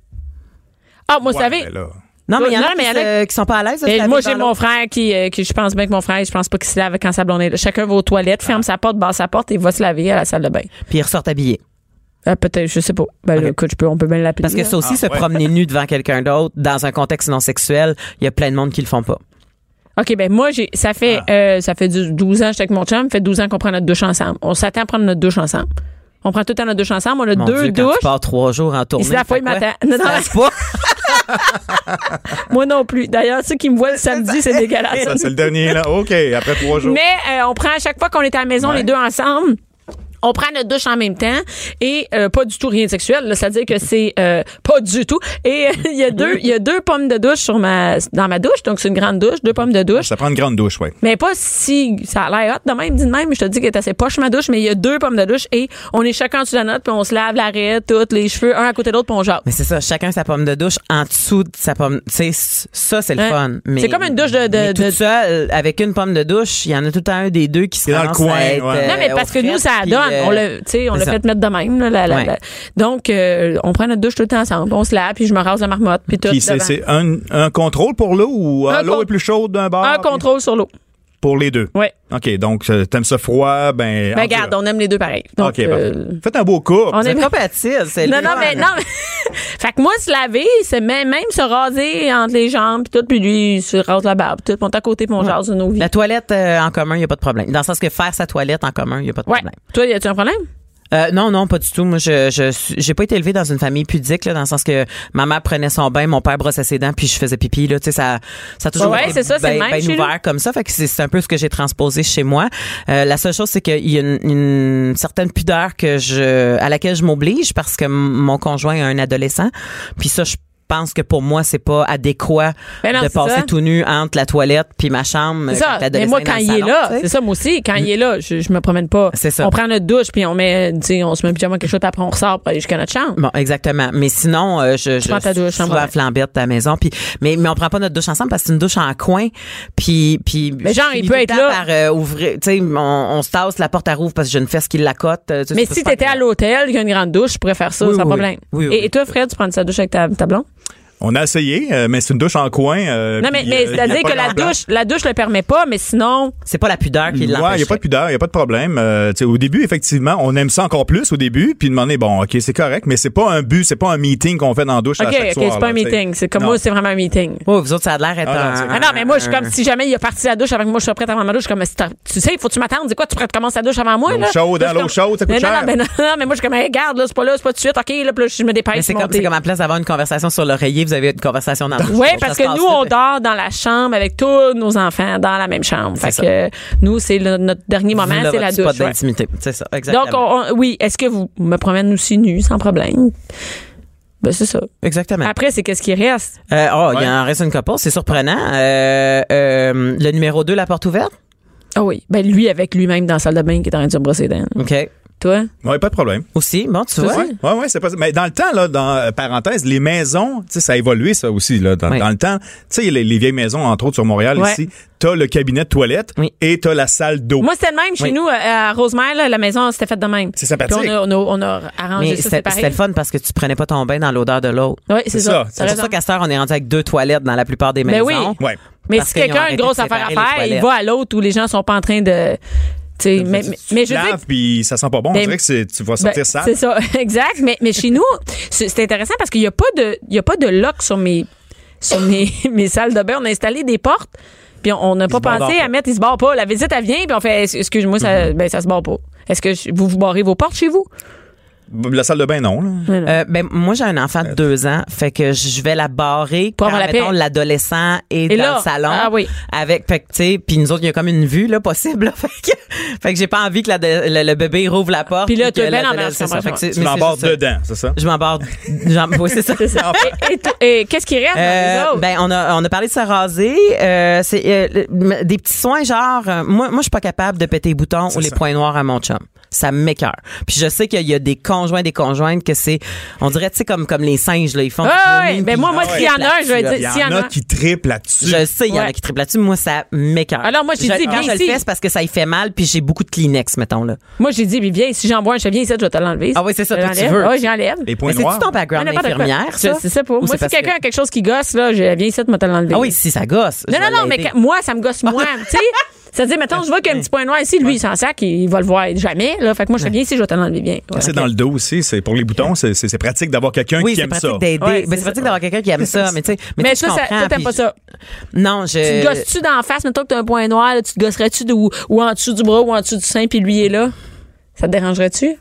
Ah, moi, vous Ouais, savez. mais là. Non, mais il y en Non, a, mais qui, il y en a- se- qui sont pas à l'aise. de se Et laver moi, dans j'ai l'eau. mon frère qui, euh, qui, je pense bien que mon frère, je pense pas qu'il se lave quand sa blonde est là. Chacun va aux toilettes, ferme sa porte, barre sa porte et va se laver à la salle de bain. Puis ils ressortent habillés. Euh, peut-être, je sais pas. Ben, là, Ok. écoute, je peux, on peut bien l'appeler. Parce que là. ça aussi, Ah, se ouais. promener nu devant quelqu'un d'autre dans un contexte non sexuel, il y a plein de monde qui le font pas. OK, ben, moi, j'ai, ça fait, Ah. euh, ça fait du- douze ans, j'étais avec mon chum, ça fait douze ans qu'on prend notre douche ensemble. On s'attend à prendre notre douche ensemble. On prend tout le temps notre douche ensemble, on a Mon deux Dieu, quand douches. tu pars trois jours en tournée. Il se lave pas fait le quoi? matin. Non, non. Ça se lave pas. Moi non plus. D'ailleurs, ceux qui me voient le samedi, c'est dégueulasse. Ça, c'est le dernier, là. OK, après trois jours. Mais euh, on prend à chaque fois qu'on est à la maison, Ouais. les deux ensemble. On prend notre douche en même temps et euh, pas du tout rien de sexuel, là, c'est-à-dire que c'est euh, pas du tout. Et euh, il y a deux, il y a deux pommes de douche sur ma dans ma douche, donc c'est une grande douche, deux pommes de douche. Ça prend une grande douche, ouais. Mais pas si ça a l'air hot de même, dit de même, je te dis qu'elle est assez poche ma douche, mais il y a deux pommes de douche et on est chacun sous la note, puis on se lave l'arrêt, toutes les cheveux un à côté de l'autre, puis on jase. Mais c'est ça, chacun sa pomme de douche en dessous de sa pomme. Tu sais, ça, c'est le Hein? fun. Mais- C'est comme une douche de- de- mais de- tout seul, avec une pomme de douche, il y en a tout le temps un des deux qui se Qui est dans le ramasse coin, à être, ouais. euh, Non, mais parce que aux nous, frettes, ça puis, donne. euh, On l'a, tu sais, on c'est l'a ça. fait mettre de même. Là, la- la- Ouais. la- Donc, euh, on prend notre douche tout le temps ensemble. On se lave, puis je me rase la marmotte, puis tout. Puis c'est, devant. c'est un, un contrôle pour l'eau ou Un ah, l'eau con- est plus chaude d'un bord? Un puis- contrôle sur l'eau. Pour les deux. Oui. OK, donc euh, t'aimes ça froid, ben. Ben, endure. regarde, on aime les deux pareils. Donc, OK, parfait. euh, Faites un beau couple. on C'est aime- compatible, c'est Non, le non, fun. mais, non, mais, fait que moi, se laver, c'est même, même se raser entre les jambes, puis tout, puis lui, il se rase la barbe, tout, puis on est à côté, puis on jase de nos vies. La toilette euh, en commun, il n'y a pas de problème. Dans le sens que faire sa toilette en commun, il n'y a pas de Ouais. problème. Toi, y a-tu un problème? Euh, non, non, pas du tout. Moi, je, je, suis- j'ai pas été élevée dans une famille pudique, là, dans le sens que ma mère prenait son bain, mon père brossait ses dents, puis je faisais pipi, là. Tu sais, ça, ça a toujours Ouais, été c'est ça, c'est ben, le même ben chez nous. ouvert comme ça. Fait que c'est, c'est un peu ce que j'ai transposé chez moi. Euh, la seule chose, c'est qu'il y a une, une certaine pudeur que je, à laquelle je m'oblige parce que m- mon conjoint est un adolescent. Puis ça, je pense que pour moi, c'est pas adéquat Ben non, de c'est passer ça. tout nu entre la toilette puis ma chambre. C'est ça. Mais moi, quand il est là, c'est ça, moi aussi, quand il est là, je, je me promène pas. C'est ça. On prend notre douche, puis on met, tu sais, on se met un pyjama quelque chose, puis après on ressort pour aller jusqu'à notre chambre. Bon, exactement. Mais sinon, euh, je, je prends ta douche, suis en souvent vrai. flambette à la maison. Puis, mais, mais on prend pas notre douche ensemble parce que c'est une douche en coin. Puis, puis. Mais genre, je il finis peut tout le être temps là. Par euh, ouvrir, tu sais, on, on se tasse, la porte à rouvre parce que j'ai une fesse qui l'accote. euh, tu sais, Mais ça peut si se faire t'étais à l'hôtel, il y a une grande douche, je pourrais faire ça, Oui, sans oui, problème. oui, oui, et, oui. et toi, Fred, tu prends ta douche avec ta, ta blonde? On a essayé, euh, mais c'est une douche en coin. euh, Non, mais, puis, mais euh, y a c'est-à-dire pas que la grand place. douche, la douche le permet pas, mais sinon, C'est pas la pudeur qui l'empêche. Ouais, il n'y a pas de pudeur, il n'y a pas de problème. Euh, tu sais, au début, effectivement, on aime ça encore plus au début, puis demander, bon, OK, c'est correct, mais c'est pas un but, c'est pas un meeting qu'on fait dans la douche OK, à chaque OK, soir. c'est pas là, un tu sais. meeting. C'est comme Non. moi, c'est vraiment un meeting. Oh, vous autres, ça a l'air être Ah, non, un, c'est- Ah non, mais moi, je suis un- comme si jamais il a parti la douche avec moi, je suis prête à prendre ma douche. Je suis comme, si t'as- tu sais, il faut que tu m'attendes. C'est quoi, tu commences la douche avant moi, L'eau là? chaude, Là, hein, je l'eau suis comme- chaude, ça coûte Mais non, cher. non, mais non, non, mais moi, je suis comme, hey, regarde, là, c'est pas là, c'est pas tout de suite. OK, là, puis là, je me dépêche. Mais c'est comme, monter. c'est comme à place d'avoir une conversation sur l'oreiller, vous avez une conversation dans la douche. Oui, Ça parce se que passe nous, on vite. dort dans la chambre avec tous nos enfants dans la même chambre. Fait C'est que euh, nous, c'est le- notre dernier moment, Vous, là, c'est la votre spot douche. ouais. d'intimité. C'est ça, exactement. Donc, on- on- oui, est-ce que vous me promènez aussi nu, sans problème? Ben, c'est ça. Exactement. Après, c'est qu'est-ce qui reste? Euh, oh, il Ouais. y en reste une couple, c'est surprenant. Euh, euh, le numéro deux, la porte ouverte. Ah oui. Ben, lui, avec lui-même dans la salle de bain qui est en train de se brosser les dents. OK. Toi? Ouais, pas de problème. Aussi, bon, tu Ça, vois. c'est- Ouais, ouais, c'est pas ça. Mais dans le temps, là, dans euh, parenthèse, les maisons, tu sais, ça a évolué, ça aussi, là. Dans, Oui. dans le temps, tu sais, les, les vieilles maisons, entre autres, sur Montréal, Ouais. ici, t'as le cabinet de toilette Oui. et t'as la salle d'eau. Moi, c'était le même chez Oui. nous, à Rosemère, là, la maison, c'était faite de même. C'est sympathique. Puis on a, on a, on a arrangé Mais ça c'était séparé. c'était le fun parce que tu prenais pas ton bain dans l'odeur de l'autre. Oui, c'est C'est ça. ça. T'as C'est C'est raison. pour ça qu'à cette heure, on est rendu avec deux toilettes dans la plupart des Ben maisons. oui. Ouais. Mais Parce si qu'ils ont quelqu'un a une arrêté grosse de affaire à séparer les faire, il toilettes. va à l'autre où les gens sont pas en train de. Tu sais, mais, mais, mais je tu veux dire. laves, puis ça sent pas bon. Ben, On dirait que c'est, tu vas sortir Ben, ça. c'est ça, exact. Mais, mais chez nous, c'est c'est intéressant parce qu'il n'y a pas de, il y a pas de lock sur mes, sur mes, mes salles de bain. On a installé des portes. Puis on n'a pas se barre pensé pas. à mettre, il se barre pas. La visite, elle vient, puis on fait, excuse-moi, ça, ben, ça se barre pas. Est-ce que je- vous vous barrez vos portes chez vous? La salle de bain, non, là. Euh, ben moi j'ai un enfant de deux ans, fait que je vais la barrer Pour quand avoir la mettons paix. l'adolescent est Et dans là, le salon ah oui. avec fait que tu sais puis nous autres il y a comme une vue là possible là, fait que fait que j'ai pas envie que la- le, le bébé rouvre la porte. Puis là, que tu es bien la- en la- version, c'est ça, fait que c'est- Tu mais c'est l'embarques juste ça. dedans, c'est ça? Je m'embarque. j'en- oui, c'est ça. C'est ça. et et toi- et qu'est-ce qui reste dans Euh, les autres? ben on a on a parlé de se raser, euh, c'est euh, le- des petits soins genre euh, moi moi je suis pas capable de péter les boutons C'est ou les ça. points noirs à mon chum. Ça m'écoeure. Puis je sais qu'il y a des conjoints des conjointes que c'est on dirait tu sais comme comme les singes là ils font Ah du ouais, grooming, ben puis moi, ils moi, trippent s'il y en a un, je vais là-dessus, dire- Il là. y s'il en a qui triplent là-dessus. Je sais, il y en Ouais. a qui trippent là-dessus. Moi, ça m'écoeure. Alors, moi, j'ai Je- dit, quand viens je le ici. fais, c'est parce que ça y fait mal, puis j'ai beaucoup de Kleenex, mettons, là. Moi, j'ai dit, puis viens, si j'en bois un, je viens ici, je vais te l'enlever. Ah oui, c'est ça, Je toi, tu l'enlève. veux. Oui, j'enlève. Les points Mais c'est-tu noirs. ton background Ah, n'importe quoi. d'infirmière, ça? Je- C'est ça pour Ou moi. c'est Si parce quelqu'un que- a quelque chose qui gosse, là, je viens ici, je vais te l'enlever. Ah oui, si ça gosse. Non, je non, vais non, mais l'aider. quand- moi, ça me gosse moins. Tu sais, c'est-à-dire, mettons, je vois qu'il y a un petit point noir ici, lui, il s'en sac, il va le voir jamais. Là. Fait que moi, je fais bien ici, je vais te l'enlever bien. Ouais, C'est ok. dans le dos aussi. C'est pour les boutons, c'est, c'est, c'est pratique d'avoir quelqu'un Oui, qui c'est aime pratique ça. d'aider. Ouais, Ben, c'est c'est ça. pratique d'avoir quelqu'un qui aime ça, mais tu sais, mais, Mais tu sais, je toi, ça- comprends, toi, t'aimes puis pas ça. je- Non, Tu te je. gosses-tu d'en face, mettons que t'as un point noir, là, tu te gosserais-tu de- ou, ou en dessous du bras ou en dessous du sein, puis lui est là? Ça te dérangerait-tu?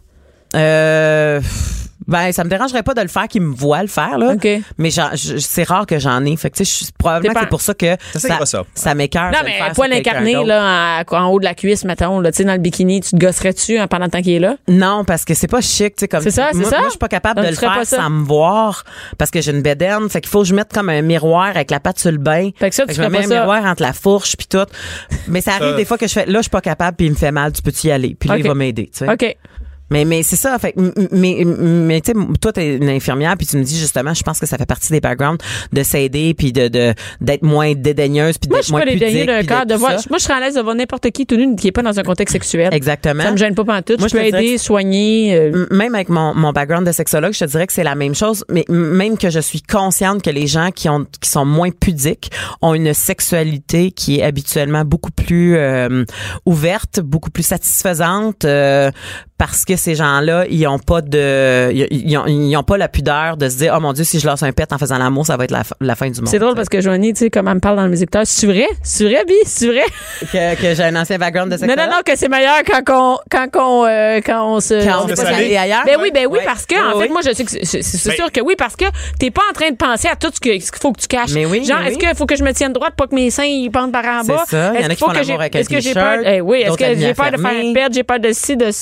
Euh. Ben, ça me dérangerait pas de le faire, qu'il me voit le faire, là. OK. Mais j'en- je- c'est rare que j'en ai. Fait que, tu sais, je- probablement Dépend. que c'est pour ça que Ça, c'est ça, pas ça. ça m'écoeure. Non, de le mais faire poil sur quelqu'un incarné, d'autre. là, en, en haut de la cuisse, mettons, là, tu sais, dans le bikini, tu te gosserais-tu hein, pendant le temps qu'il est là? Non, parce que c'est pas chic, tu sais, comme. C'est ça, c'est moi, ça. Moi, je suis pas capable Donc, de le tu ferais faire pas ça. sans me voir, parce que j'ai une bédaine. Fait qu'il faut que je mette comme un miroir avec la patte sur le bain. Fait que ça, tu je me ferais mets pas un ça. miroir entre la fourche puis tout. Mais ça arrive Ça- des fois que je fais, là, je suis pas capable puis il me fait mal, tu peux-tu y aller? Puis là, OK. il va m'aider, tu sais. OK. Mais, mais c'est ça, fait que, m- mais, mais tu sais, toi, t'es une infirmière, puis tu me dis justement, je pense que ça fait partie des backgrounds de s'aider, puis de, de, d'être moins dédaigneuse, puis Moi, je d'être suis moins pas les pudique. dédaigner d'un puis corps d'être de tout voir. ça. Moi, je serais à l'aise de voir n'importe qui tout nu qui est pas dans un contexte sexuel. Exactement. Ça me gêne pas pantoute. Moi, je peux je te dirais aider, que- soigner. euh, M- Même avec mon, mon background de sexologue, je te dirais que c'est la même chose, mais m- même que je suis consciente que les gens qui ont qui sont moins pudiques ont une sexualité qui est habituellement beaucoup plus euh, ouverte, beaucoup plus satisfaisante, euh, parce que ces gens-là, ils ont pas de, ils, ils ont, ils ont pas la pudeur de se dire, oh mon Dieu, si je lance un pet en faisant l'amour, ça va être la, f- la fin du monde. C'est drôle parce que Joanie, tu sais, comme elle me parle dans le musique c'est vrai? C'est vrai, Bi? C'est vrai? que, que j'ai un ancien background de Non, sexologue. non, non, que c'est meilleur quand on, quand on, euh, quand on se. Quand on se est pas salé. allé ailleurs. Ben oui, ben oui, Ouais. parce que, Oui, en oui. fait, moi, je sais que c'est- c'est c'est Ben- sûr que oui, parce que t'es pas en train de penser à tout ce que- ce qu'il faut que tu caches. Mais oui, Genre, mais est-ce oui. qu'il faut que je me tienne droite, pas que mes seins, ils pendent par en C'est bas? ça. Il y en a Est-ce qui qu'il faut font que j'ai, l'amour avec un est-ce que j'ai peur, t-shirt, eh oui, est-ce d'autres que habillés j'ai peur de faire fermés. un pet, j'ai peur de ci, de ça, je-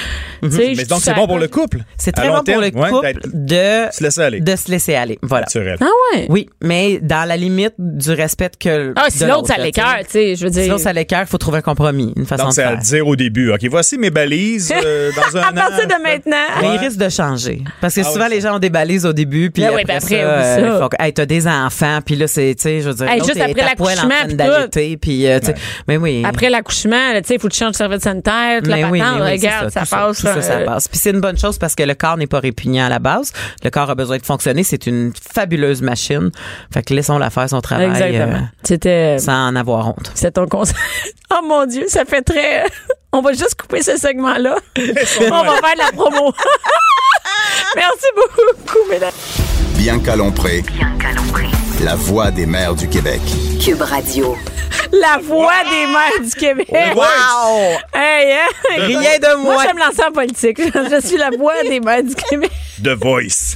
Mm-hmm. Tu sais, Mais donc, c'est bon pour le couple. C'est À très long bon pour le terme, couple ouais, de se laisser aller. de se laisser aller. Voilà. Naturel. Ah ouais? Oui, mais dans la limite du respect que Ah, de si l'autre, ça là, l'écœure, tu sais, je veux dire. Si l'autre, ça l'écœure, il faut trouver un compromis, une façon Donc, de c'est à faire. dire au début. OK, voici mes balises euh, dans un À an. partir de maintenant. Mais Ouais. il risque de changer. Parce que Ah souvent, oui, les gens ont des balises au début, puis Ben après, oui, ben après, ça, oublie euh, ça. il faut que, hey, t'as des enfants, puis là, c'est, tu sais, je veux dire, Hey, l'autre juste est après à poil en l'accouchement, train puis d'allaiter, puis, euh, tu sais, mais oui. Après l'accouchement, là, tu sais, il faut que tu changes de serviette sanitaire, toute Mais la oui, patente, mais oui, c'est regarde, ça, tout passe. Tout ça, ça euh, passe. Puis c'est une bonne chose parce que le corps n'est pas répugnant à la base. Le corps a besoin de fonctionner. C'est une fabuleuse machine. Fait que laissons-la faire son travail. Exactement. euh, C'était, sans en avoir honte. c'est ton conseil. Oh mon Dieu, ça fait très. On va juste couper ce segment-là. On va faire de la promo. Merci beaucoup, mesdames. Bianca Lompré, la voix des mères du Québec. Cube Radio. La voix des mères du Québec. Wow! Hey, hein? Rien de Moi, moi. je vais me lancer en politique. Je suis la voix des mères du Québec. The Voice.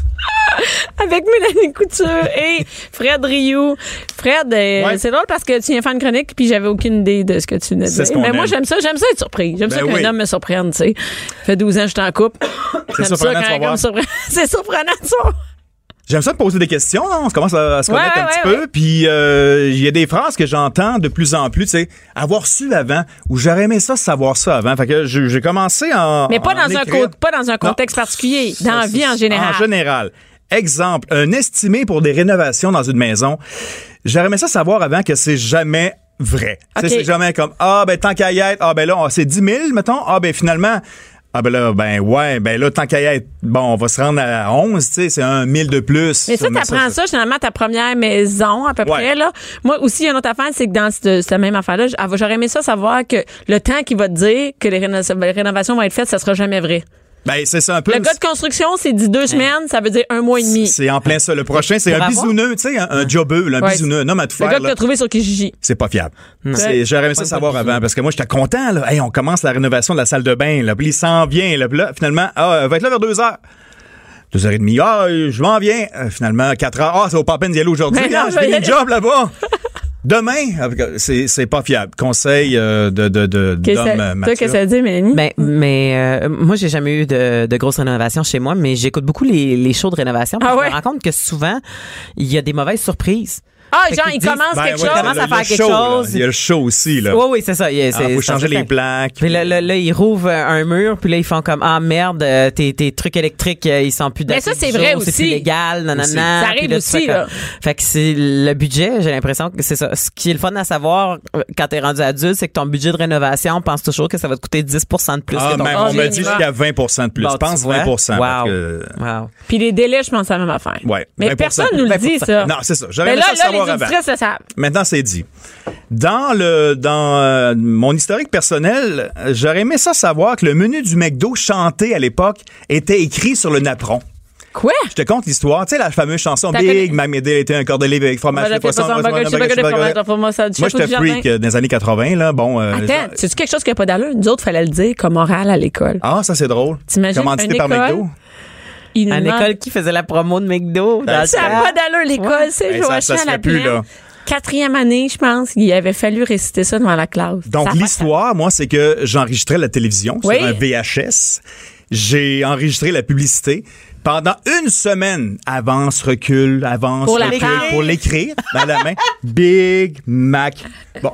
Avec Mélanie Couture et Fred Rioux. Fred, euh, Ouais. c'est drôle parce que tu viens faire une chronique puis j'avais aucune idée de ce que tu venais de C'est dire. ce qu'on Mais moi, aime. j'aime ça. J'aime ça être surpris. J'aime Ben ça qu'un oui. homme me surprenne, tu sais. Ça fait douze ans que je suis en couple. C'est J'aime ça surprenant, quand tu vas un voir. homme surprend. C'est surprenant, ça. J'aime ça de poser des questions. Hein? On commence à, à se Ouais, connaître ouais, un petit ouais, peu. Puis euh, il y a des phrases que j'entends de plus en plus. Tu sais, avoir su avant ou j'aurais aimé ça savoir ça avant. Fait que je- j'ai commencé en Mais pas en dans un écrire. co- pas dans un contexte particulier, dans la vie en général. En général. Exemple, un estimé pour des rénovations dans une maison. J'aurais aimé ça savoir avant que c'est jamais vrai. Tu sais, OK. c'est jamais comme, ah, ben, tant qu'à y être, ah, ben là, c'est dix mille, mettons. Ah, ben, finalement, ah, ben là, ben, ouais, ben là, tant qu'à y être, bon, on va se rendre à onze, tu sais, c'est un mille de plus. Mais ça, t'apprends ça, généralement, ta première maison, à peu Ouais. près, là. Moi, aussi, il y a une autre affaire, c'est que dans cette, cette même affaire-là, j'- j'aurais aimé ça savoir que le temps qu'il va te dire que les, réno- les rénovations vont être faites, ça sera jamais vrai. Ben, c'est ça un peu. Le gars de construction, c'est dit deux semaines, ça veut dire un mois et demi. C'est en plein ça. Le prochain, c'est Pour un avoir- bisouneux, tu sais, un, un jobeux, là, un Ouais. bisouneux, un homme à tout Le faire. gars que là. t'as trouvé sur Kijiji. C'est pas fiable. Ouais. C'est- J'aurais aimé ça savoir avant parce que moi j'étais content là. Hey, on commence la rénovation de la salle de bain là, puis il s'en vient là, puis là finalement ah, elle va être là vers deux heures. Deux heures et demie. Ah, je m'en viens. Euh, finalement quatre heures. Ah, ça vaut pas la peine d'y aller aujourd'hui. Mais non, Ah, je je vais y fais une aller. job là-bas. Demain, c'est c'est pas fiable. Conseil euh, de de de Qu'est-ce d'homme que ça- euh, Toi, mature. qu'est-ce que ça dit, Mélanie? Ben, mais euh, moi, j'ai jamais eu de, de grosses rénovations chez moi, mais j'écoute beaucoup les, les shows de rénovation. puis Ah je ouais? me rends compte que souvent, il y a des mauvaises surprises. Ah, Fait genre, qu'ils il disent- commence Ben, quelque ouais, chose. commence le- à faire le quelque show, là. chose. Il y a le show aussi là. Oui, oui, c'est ça. Il y a- Ah, c'est- faut ça changer se fait. les plaques. Puis là, là, là, ils rouvrent un mur, puis là, ils font comme, ah merde, euh, tes, tes trucs électriques, euh, ils sont plus Mais ça, datés c'est du vrai jour, c'est aussi. plus légal, nanana. Aussi. Ça arrive Puis là, tu aussi, fais là. comme- Fait que c'est le budget, j'ai l'impression que c'est ça. Ce qui est le fun à savoir euh, quand t'es rendu adulte, c'est que ton budget de rénovation, pense toujours que ça va te coûter dix pour cent de plus Ah, que ton même, Oh, on me j'ai dit une jusqu'à vingt pour cent de plus. Bon, Je tu pense vois? vingt pour cent. Wow. parce que- Wow. Puis les délais, je pense, c'est la même affaire. Ouais, Mais vingt pour cent. personne nous le dit, ça. Non, c'est ça. J'aurais Mais aimé là, ça là, savoir les avant. auditrices le savent. Maintenant, c'est dit. Dans le dans euh, mon historique personnel, euh, j'aurais aimé ça savoir que le menu du McDo chanté à l'époque était écrit sur le napperon. Quoi? Je te conte l'histoire. Tu sais, la fameuse chanson T'as Big connu- Mac Médé était un cordelier avec fromage Moi, de j'ai fait poisson. pas ça en Moi, bagage, je sais pas que des fromages de fromage, ça a du Moi, chef ou du j'étais freak jardin. euh, dans les années quatre-vingts. Là. Bon, euh, Attends, genre- c'est-tu quelque chose qui n'a pas d'allure? Nous autres, fallait le dire comme oral à l'école. Ah, ça, c'est drôle. T'imagines Commandité une par école? McDo. Il nous À demande- l'école qui faisait la promo de McDo. dans le Ça n'a temps. pas d'allure, l'école. C'est Ben, ça- Joachim ça se à la fait plus, plaine. là. Quatrième année, je pense, il avait fallu réciter ça devant la classe. Donc, Ça a pas- l'histoire, moi, c'est que j'enregistrais la télévision Oui. sur un V H S. J'ai enregistré la publicité. Pendant une semaine, avance, recule, avance, Pour la recule, faire. pour l'écrire dans la main. Big Mac. Bon,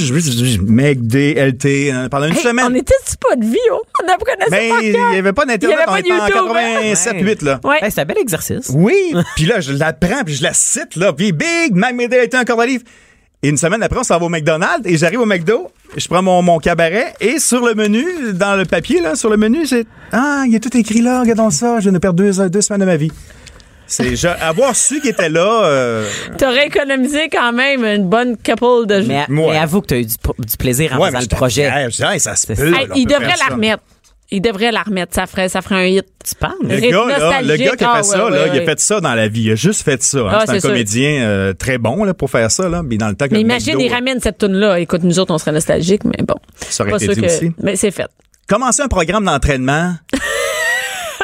McD, L T, euh, pendant une Hey, semaine. on était-tu pas de vie, oh? On apprenait ça Mais par il cœur. n'y avait pas Il y d'Internet, avait on pas était de en YouTube, quatre-vingt-sept hein? huit là. Ouais. Hey, c'est un bel exercice. Oui, puis là, je la prends, puis je la cite, là, puis Big Mac, Médé, L T, un corde à livre. Et une semaine après, on s'en va au McDonald's, et j'arrive au McDo, je prends mon, mon cabaret, et sur le menu, dans le papier, là, sur le menu, c'est « Ah, il y a tout écrit là, regardons ça, je viens de perdre deux, deux semaines de ma vie. » C'est je- avoir su qu'il était là. euh, T'aurais économisé quand même une bonne couple de Mais, Ouais. mais avoue que tu as eu du, du plaisir en ouais, faisant mais le j'étais projet. fier. Je dis, Hey, ça se peut. ça. là, Hey, on il peut devrait faire la ça. remettre. Il devrait la remettre. Ça ferait, ça ferait un hit. Tu penses? Le Rythme gars, là, le nostalgique. gars qui a fait Ah, ça, ouais, là, ouais, il a ouais. fait ça dans la vie. Il a juste fait ça. hein. Ah, c'est un c'est sûr. comédien euh, très bon là, pour faire ça. Là. Mais dans le temps que Mais le imagine, McDo, il ramène cette tune-là. Écoute, nous autres, on serait nostalgiques, mais bon. Ça aurait Pas été sûr dit que- aussi. Mais c'est fait. Commencer un programme d'entraînement.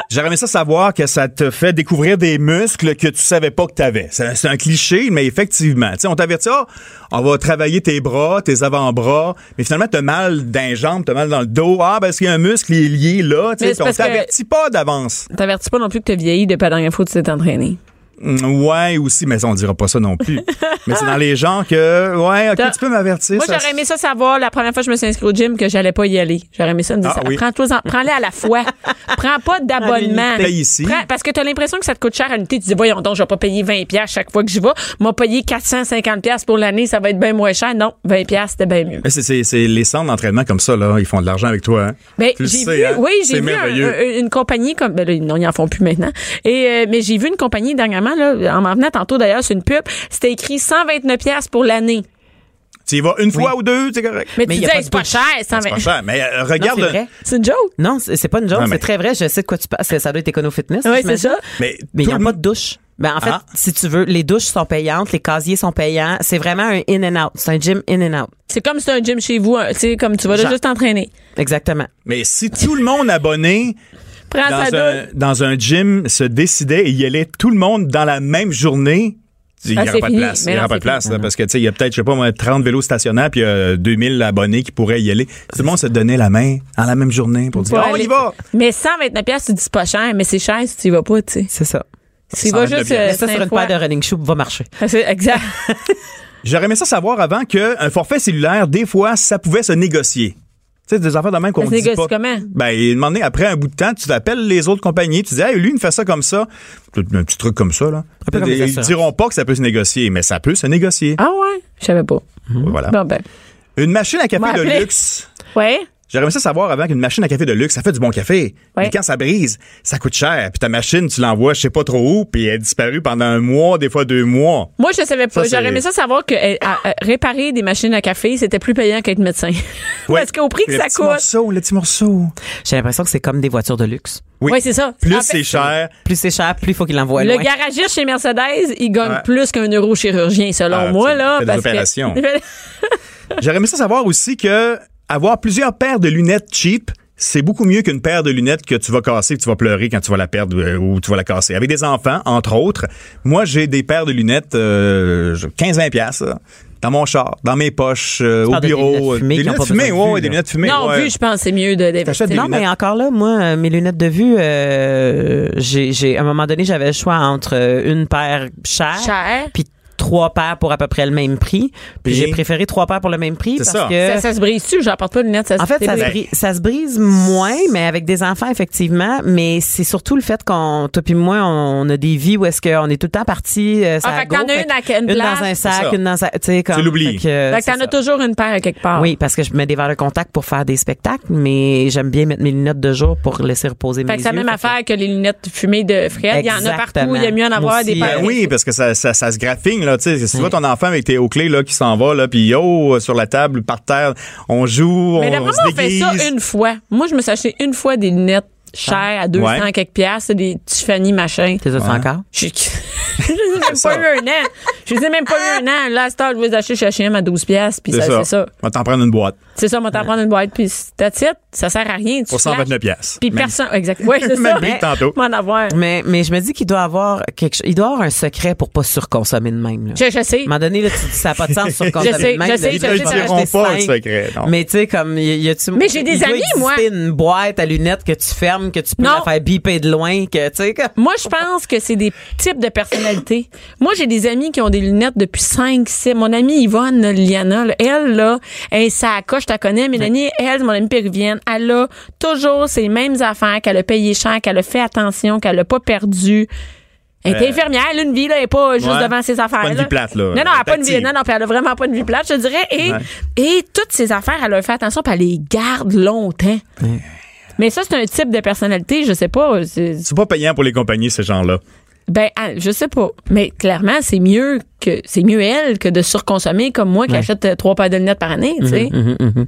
J'aurais aimé ça savoir que ça te fait découvrir des muscles que tu savais pas que t'avais. C'est, c'est un cliché, mais effectivement. Tu sais, on t'avertit, ah, on va travailler tes bras, tes avant-bras, mais finalement, t'as mal dans les jambes, t'as mal dans le dos. Ah, parce qu'il y a un muscle qui est lié là. Tu sais, on t'avertit pas d'avance. T'avertis pas non plus que t'as vieilli depuis la dernière fois que tu t'es entraîné. Ouais, aussi, mais ça, on dira pas ça non plus. Mais c'est dans les genres que, ouais, ok, T'as... tu peux m'avertir. Moi, ça... j'aurais aimé ça savoir la première fois que je me suis inscrit au gym que j'allais pas y aller. J'aurais aimé ça me dire Ah, ça. oui. Prends-toi en... Prends-les à la fois. Prends pas d'abonnement. Paye ici. Prends... Parce que t'as l'impression que ça te coûte cher à l'unité. Tu dis, voyons donc, je vais pas payer vingt dollars chaque fois que j'y vais. Moi, payer quatre cent cinquante dollars pour l'année, ça va être bien moins cher. Non, vingt dollars, c'était bien mieux. Mais c'est, c'est, c'est les centres d'entraînement comme ça, là. Ils font de l'argent avec toi, hein. Ben, Tu le j'ai sais, vu, hein? oui, j'ai C'est vu merveilleux. un- un- une compagnie comme, ben là, non, ils en font plus maintenant. Et, euh, mais j'ai vu une compagnie dernièrement, là, en m'en venant tantôt d'ailleurs, c'est une pub, c'était écrit cent vingt-neuf dollars pour l'année. Tu y vas une fois ou deux, c'est correct. Mais, Mais tu y a dis, pas hey, de c'est pas douche. cher, cent vingt. C'est pas cher, mais euh, Non, regarde. c'est vrai. C'est une joke? Non, c'est c'est pas une joke, Non, mais- c'est très vrai. Je sais de quoi tu parles. C'est- Ça doit être Econo Fitness. Oui, j'imagine. c'est ça. Mais, Mais il tout n'y a le pas monde- de douche. Ben, en fait, Ah. si tu veux, les douches sont payantes, les casiers sont payants. C'est vraiment un in and out. C'est un gym in and out. C'est comme si c'est un gym chez vous, hein, tu sais, comme tu vas là Genre. juste t'entraîner. Exactement. Mais si tout le monde abonné Prends sa dans un, douche. dans un gym se décidait et y allait tout le monde dans la même journée, il n'y Ah, aura c'est pas de fini. place. Il Mais n'y non, aura pas de c'est place, fini. là, parce que, tu sais, il y a peut-être, je sais pas, moi, trente vélos stationnaires puis il y a deux mille abonnés qui pourraient y aller. Tout le monde se donnait la main dans la même journée pour dire, Pour oh, on aller- y va! Mais cent vingt-neuf dollars, tu dis c'est pas cher, mais c'est cher si tu y vas pas, tu sais. C'est ça. Tu y vas juste cent vingt-neuf euh, Mais ça, sur cinq une fois. paire de running shoes, va marcher. Ah, c'est exact. J'aurais aimé ça savoir avant qu'un forfait cellulaire, des fois, ça pouvait se négocier. Tu sais, des affaires de même qu'on Ça se dit négocie pas. comment? Ben, il demandait après un bout de temps, tu t'appelles les autres compagnies, tu dis, hey, lui, il me fait ça comme ça. Un petit truc comme ça, là. Un peu comme les Ils assurances. diront pas que ça peut se négocier, mais ça peut se négocier. Ah ouais? Je savais pas. Voilà. Bon ben. Une machine à café M'a de appelé. luxe. Ouais. J'aimerais ça savoir avant qu'une machine à café de luxe, ça fait du bon café. Ouais. Mais quand ça brise, ça coûte cher. Puis ta machine, tu l'envoies je sais pas trop où, puis elle est disparue pendant un mois, des fois deux mois. Moi, je savais pas. Ça, c'est- J'aurais aimé ça savoir que euh, à- à réparer des machines à café, c'était plus payant qu'être médecin. Parce qu'au prix que le ça petit coûte. morceau, le petit morceau. J'ai l'impression que c'est comme des voitures de luxe. Oui, Ouais, c'est ça. Plus En fait, c'est cher. Plus c'est cher, plus il faut qu'il l'envoie Le loin. garagiste chez Mercedes, il gagne Ouais. plus qu'un neurochirurgien, selon Ah, moi, tu là. fais des parce opérations. Que... J'aurais aimé ça savoir aussi que avoir plusieurs paires de lunettes cheap, c'est beaucoup mieux qu'une paire de lunettes que tu vas casser, que tu vas pleurer quand tu vas la perdre euh, ou tu vas la casser. Avec des enfants, entre autres, moi, j'ai des paires de lunettes euh, quinze à vingt piastres là, dans mon char, dans mes poches, euh, au parles de des bureau. lunettes fumées Des qui ont lunettes pas fumées, besoin de ouais, vue, ouais, des là. lunettes fumées. non, ouais. vu, je pense que c'est mieux de d'investir. des Non, lunettes. mais encore là, moi, euh, mes lunettes de vue, euh, j'ai, j'ai, à un moment donné, j'avais le choix entre euh, une paire chère, Cher. puis trois paires pour à peu près le même prix. Puis Puis- j'ai préféré trois paires pour le même prix C'est parce ça. que Ça, ça se brise-tu? J'apporte pas de lunettes. Ça en fait, se ça se, débrise. brise, ça se brise moins, mais avec des enfants, effectivement. Mais c'est surtout le fait qu'on, toi puis moi, on a des vies où est-ce qu'on est tout le temps partis. Euh, Ah, fait que t'en as une à une une place. dans un C'est sac, ça. une dans un, tu sais, comme. Tu l'oublies. fait que, Fait que c'est t'en ça. as toujours une paire à quelque part. Oui, parce que je mets des verres de contact pour faire des spectacles, mais j'aime bien mettre mes lunettes de jour pour laisser reposer Fait mes que c'est la yeux. même Fait que- affaire que les lunettes fumées de Fred. Il y en a partout. Exactement. Il y a mieux en avoir Moi des aussi, paires. Ben oui, parce que ça, ça, ça se graphine, là, tu sais. Si tu vois ton enfant avec tes hauts clés, là, qui s'en va, là, puis yo, sur la table, par terre, on joue, Mais on, d'après on moi, se on fait déguise. ça une fois. Moi, je me suis acheté une fois des lunettes chères à deux cents Ouais. quelques piastres, des Tiffany machin. T'es ça encore? Je je les ai même pas eu un an. Je les ai même pas eu un an. Là, à cette heure, je vais les acheter chez H et M à douze piastres, puis C'est ça, ça. c'est ça. On va t'en prendre une boîte C'est ça, on va t'en prendre une boîte, puis that's it. Ça sert à rien. Tu pour cent vingt-neuf piastres. Puis Même- personne, exact. Oui, c'est Même ça. prix que tantôt. M'en avoir. Mais, mais je me dis qu'il doit avoir quelque chose, il doit avoir un secret pour pas surconsommer de même, là. Je, je sais. À un moment donné, là, tu dis, ça n'a pas de sens sur consommer Je sais, de même. je sais, là. je Ils sais, te je le sais, diront Rester pas, le simple. secret. Non. Mais tu sais, comme, y, y a-tu. Mais j'ai des il doit amis, moi. exister une boîte à lunettes que tu fermes, que tu peux Non. la faire biper de loin, que, tu sais, comme. Moi, je pense que c'est des types de personnalités. Moi, j'ai des amis qui ont des lunettes depuis cinq, six. Mon amie Yvonne là, Liana, là, elle, là, elle, ça coche, je la connais. Mélanie, elle, mon amie péruvienne, elle a toujours ces mêmes affaires qu'elle a payé cher, qu'elle a fait attention, qu'elle a pas perdu. Elle est Euh, infirmière, elle a une vie, là, elle est pas juste ouais. devant ses affaires. Pas une là. vie plate, là. Non, non, elle a pas une vie, Active. non, non, puis elle a vraiment pas une vie plate, je dirais. Et, Ouais. et toutes ces affaires, elle a fait attention, puis elle les garde longtemps. Mais ça, c'est un type de personnalité, je sais pas. c'est- C'est pas payant pour les compagnies, ces gens-là. Ben, ah, je sais pas. Mais clairement, c'est mieux que c'est mieux elle que de surconsommer comme moi qui Ouais. achète euh, trois paires de lunettes par année, tu sais. Mhm, mhm.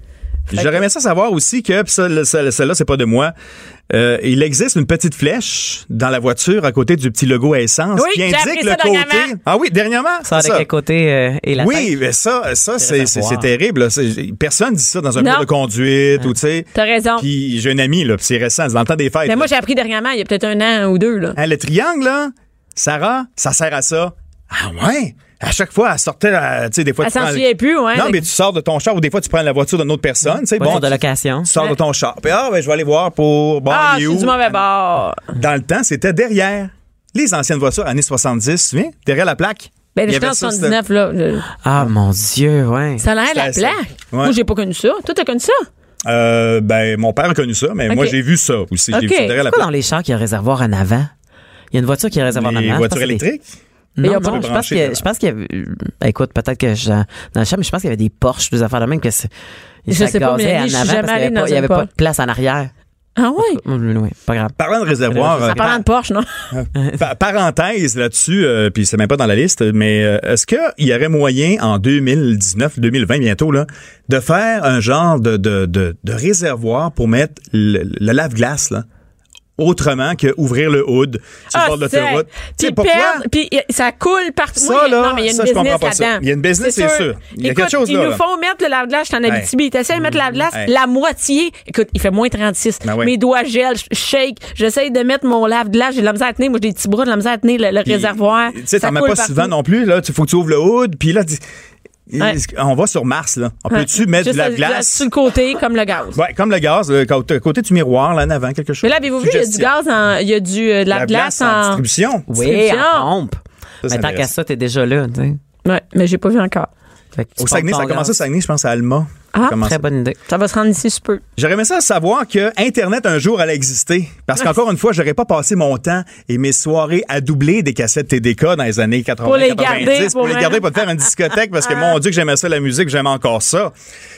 J'aurais aimé ça savoir aussi que, pis ça, ça, celle-là, c'est pas de moi, euh, il existe une petite flèche dans la voiture à côté du petit logo à essence Oui, qui j'ai indique appris le ça côté. dernièrement. Ah oui, dernièrement. Ça, c'est de ça. quel côté euh, est la Oui, tête? mais ça, ça c'est, c'est, savoir. c'est terrible. Là. C'est, personne dit ça dans un Non. cours de conduite ou tu sais. T'as raison. Puis j'ai un ami là, puis c'est récent, c'est dans le temps des fêtes. Mais moi, là. j'ai appris dernièrement, il y a peut-être un an ou deux. Là. Hein, le triangle là, Sarah, ça sert à ça. Ah ouais. À chaque fois, elle sortait, euh, tu sais, des fois Elle tu s'en prends- souvenait plus, ouais. Non, mais tu sors de ton char ou des fois tu prends la voiture d'une autre personne, tu sais. Voiture Bon, de tu- location. Tu sors Ouais. de ton char. Puis ah, ben je vais aller voir pour. Bon, Ah, il est c'est où? du mauvais bord. Dans le temps, c'était derrière. Les anciennes voitures, années soixante-dix, tu te souviens? Derrière la plaque. Ben, Il y j'étais en avait ça, soixante-dix-neuf, là. je- Ah, mon Dieu, ouais. Ça a l'air de la C'était plaque. ça. Ouais. Moi, j'ai pas connu ça. Toi, t'as connu ça? Euh, ben, mon père a connu ça, mais Ok. moi, j'ai vu ça aussi. J'ai Ok. vu ça derrière la Pourquoi plaque. dans les chars qu'il y a un réservoir en avant? Il y a une voiture qui a un réservoir en avant. Les je voitures pense que c'est des- électriques? Non, Il y a non, pas je de pense brancher, qu'il y a- là. je pense qu'il y avait. Écoute, peut-être que je, dans le champ, mais je pense qu'il y avait des Porsche, des affaires de même que c'est. Je ça sais pas, gazait Mélanie, en je suis avant jamais parce qu'il y allée avait pas- dans Il n'y un avait pas Porsche. de place en arrière. Ah oui? Oui, oui, pas grave. Parlant de réservoir, En euh, En parlant de Porsche, non? pa- parenthèse là-dessus, euh, puis c'est même pas dans la liste, mais euh, est-ce qu'il y aurait moyen en deux mille dix-neuf, deux mille vingt bientôt, là, de faire un genre de, de, de, de réservoir pour mettre le, le lave-glace, là? Autrement que ouvrir le hood sur le bord de l'autoroute. Tu sais, Puis pourquoi? perdre, puis euh, ça coule partout. Ça, Moi, il y a- là, non, mais il y a une ça, je business comprends pas ça. là-dedans. Il y a une business, c'est sûr. Il y a Écoute, quelque chose ils là, nous là. font mettre le lave-glace, je suis en Abitibi. T'essaies de mettre le lave-glace, Hey. la moitié. Écoute, il fait moins trente-six. Ben ouais. Mes doigts gèlent, je shake. J'essaye de mettre mon lave-glace, j'ai de la misère à tenir. Moi, j'ai des petits bras, de la misère à tenir le, le Puis, réservoir. Tu sais, Ça t'en mets coule pas partout. souvent non plus, là. Il faut que tu ouvres le hood, puis là, tu- Ouais. on va sur Mars, là. On Ouais. peut-tu mettre Juste du à- lave-glace? sur le côté, comme le gaz. Ouais, comme le gaz, le côté, côté du miroir, là, en avant, quelque chose. Mais là, avez-vous vu, il y a du Suggestion. gaz, en- il y a du euh, de la glace en en. distribution. Oui, Distribution. en pompe. Ça, Mais c'est tant qu'à intéressant. ça, t'es déjà là, tu sais. Ouais, mais j'ai pas vu encore. Fait que tu Au Saguenay, pompes ça a ton commencé au gaz. Saguenay, je pense, à Alma. Ah, Commencé. Très bonne idée. Ça va se rendre ici sous peu. J'aurais aimé ça savoir que Internet un jour allait exister. Parce qu'encore une fois, j'aurais pas passé mon temps et mes soirées à doubler des cassettes T D K dans les années quatre-vingts, Pour les quatre-vingt-dix, garder, pour pour les vrai. garder, pour te faire une discothèque, parce que mon Dieu que j'aimais ça, la musique, j'aime encore ça.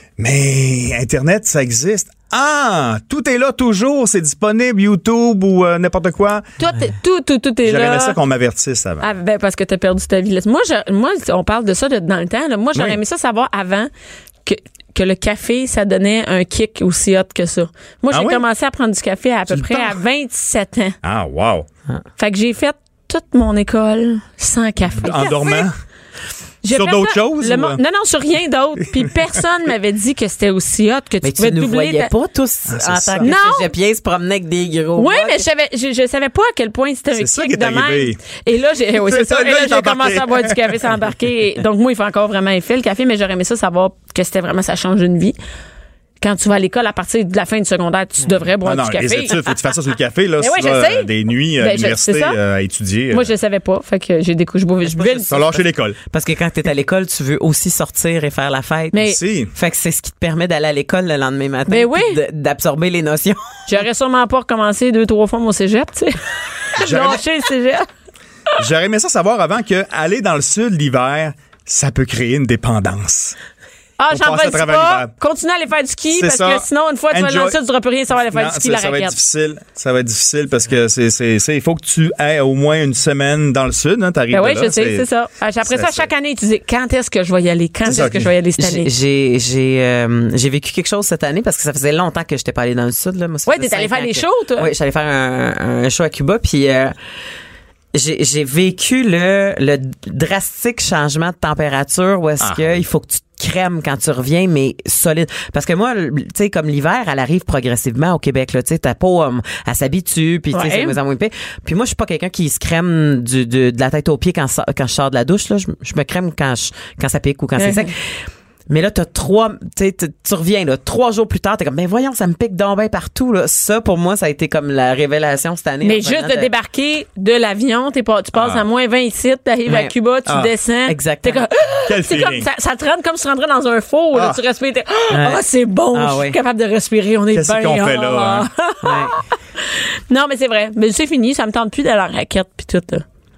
Mais Internet, ça existe. Ah! Tout est là toujours, c'est disponible, YouTube ou euh, n'importe quoi. Tout, est- tout, tout, tout est J'aurais là. aimé ça qu'on m'avertisse avant. Ah, ben, parce que t'as perdu ta vie. Là. Moi, je- moi, on parle de ça de- dans le temps. Là. Moi, j'aurais Oui. aimé ça savoir avant que, que le café, ça donnait un kick aussi hot que ça. Moi, Ah j'ai oui? commencé à prendre du café à, à peu le près temps. à vingt-sept ans. Ah, wow! Fait que j'ai fait toute mon école sans café. En dormant? J'ai Sur fait d'autres ça, choses, le ou- mo- Non, non, sur rien d'autre. Puis personne m'avait dit que c'était aussi hot que tu Mais pouvais tu ne doubler voyais ta- pas tous Ah, c'est en ça. tant que Non. cégepier se promener avec des gros. Oui, bottes. mais je savais, je, je savais pas à quel point c'était un C'est ça kick qui est de même. arrivé. Et là, j'ai, oui, c'est ça. Là, Et là, il est j'ai embarqué. commencé à boire du café sans embarquer. Et donc, moi, il fait encore vraiment effet, le café, mais j'aurais aimé ça savoir que c'était vraiment, ça change une vie. Quand tu vas à l'école, à partir de la fin du secondaire, tu devrais boire Ah non, du les café. études, faut que tu fasses ça sur le café, là. Mais si oui, tu je vas, sais. euh, des nuits à Ben, je- l'université c'est ça. euh, à étudier. Moi, euh, je savais pas. Fait que j'ai découvert, je buvais, je buvais le- T'as lâché l'école. Parce que quand t'es à l'école, tu veux aussi sortir et faire la fête. Mais- Si. Fait que c'est ce qui te permet d'aller à l'école le lendemain matin. Ben oui. puis de- d'absorber les notions. J'aurais sûrement pas recommencé deux, trois fois mon cégep, tu sais. J'aurais- Lâché le cégep. J'aurais aimé ça savoir avant que aller dans le sud l'hiver, ça peut créer une dépendance. Ah, Pour j'en passer à veux travers pas. l'hiver. Continue à aller faire du ski C'est parce ça. que sinon, une fois que tu vas Enjoy. dans le sud, tu n'auras plus rien savoir aller faire Non, du ski, ça, la ça va être raquette. difficile. Ça va être difficile parce que c'est, c'est, c'est, il faut que tu aies au moins une semaine dans le sud, hein, t'arrives Ben de oui, là, je sais, c'est ça. Après ça, ça, chaque c'est- année, tu dis quand est-ce que je vais y aller? Quand C'est est-ce ça, que ok. je vais y aller cette J'ai année? j'ai j'ai euh, j'ai vécu quelque chose cette année parce que ça faisait longtemps que j'étais pas allée dans le sud là. Moi, ça Ouais, faisait t'es allé cinq faire ans des que- shows, toi? Oui, j'allais faire un, un show à Cuba puis euh, j'ai j'ai vécu le le drastique changement de température où est-ce Ah. que il faut que tu te crèmes quand tu reviens mais solide parce que moi tu sais comme l'hiver elle arrive progressivement au Québec là tu sais ta peau euh, elle s'habitue puis tu sais Ouais. c'est de moins en moins épais. Puis moi je suis pas quelqu'un qui se crème du, de, de la tête aux pieds quand ça- quand je sors de la douche là je, je me crème quand je, quand ça pique ou quand c'est sec. Mais là, t'as trois, tu sais, tu tu reviens, là, trois jours plus tard, t'es comme, ben voyons, ça me pique donc ben partout, là. Ça, pour moi, ça a été comme la révélation cette année. Mais en juste venant de débarquer de l'avion, t'es pas, tu passes Ah. à moins vingt ici, t'arrives à Ouais. Cuba, tu Ah. descends. Exactement. T'es comme, Quel c'est comme, feeling. ça, ça te rentre comme si tu rentrais dans un four, là, Ah. tu respires, t'es, ah, c'est bon, Ah, je suis ouais. capable de respirer, on est Qu'est-ce bien. qu'on fait là, hein? Ouais. Non, mais c'est vrai. Mais c'est fini, ça me tente plus d'aller en raquette puis tout, là.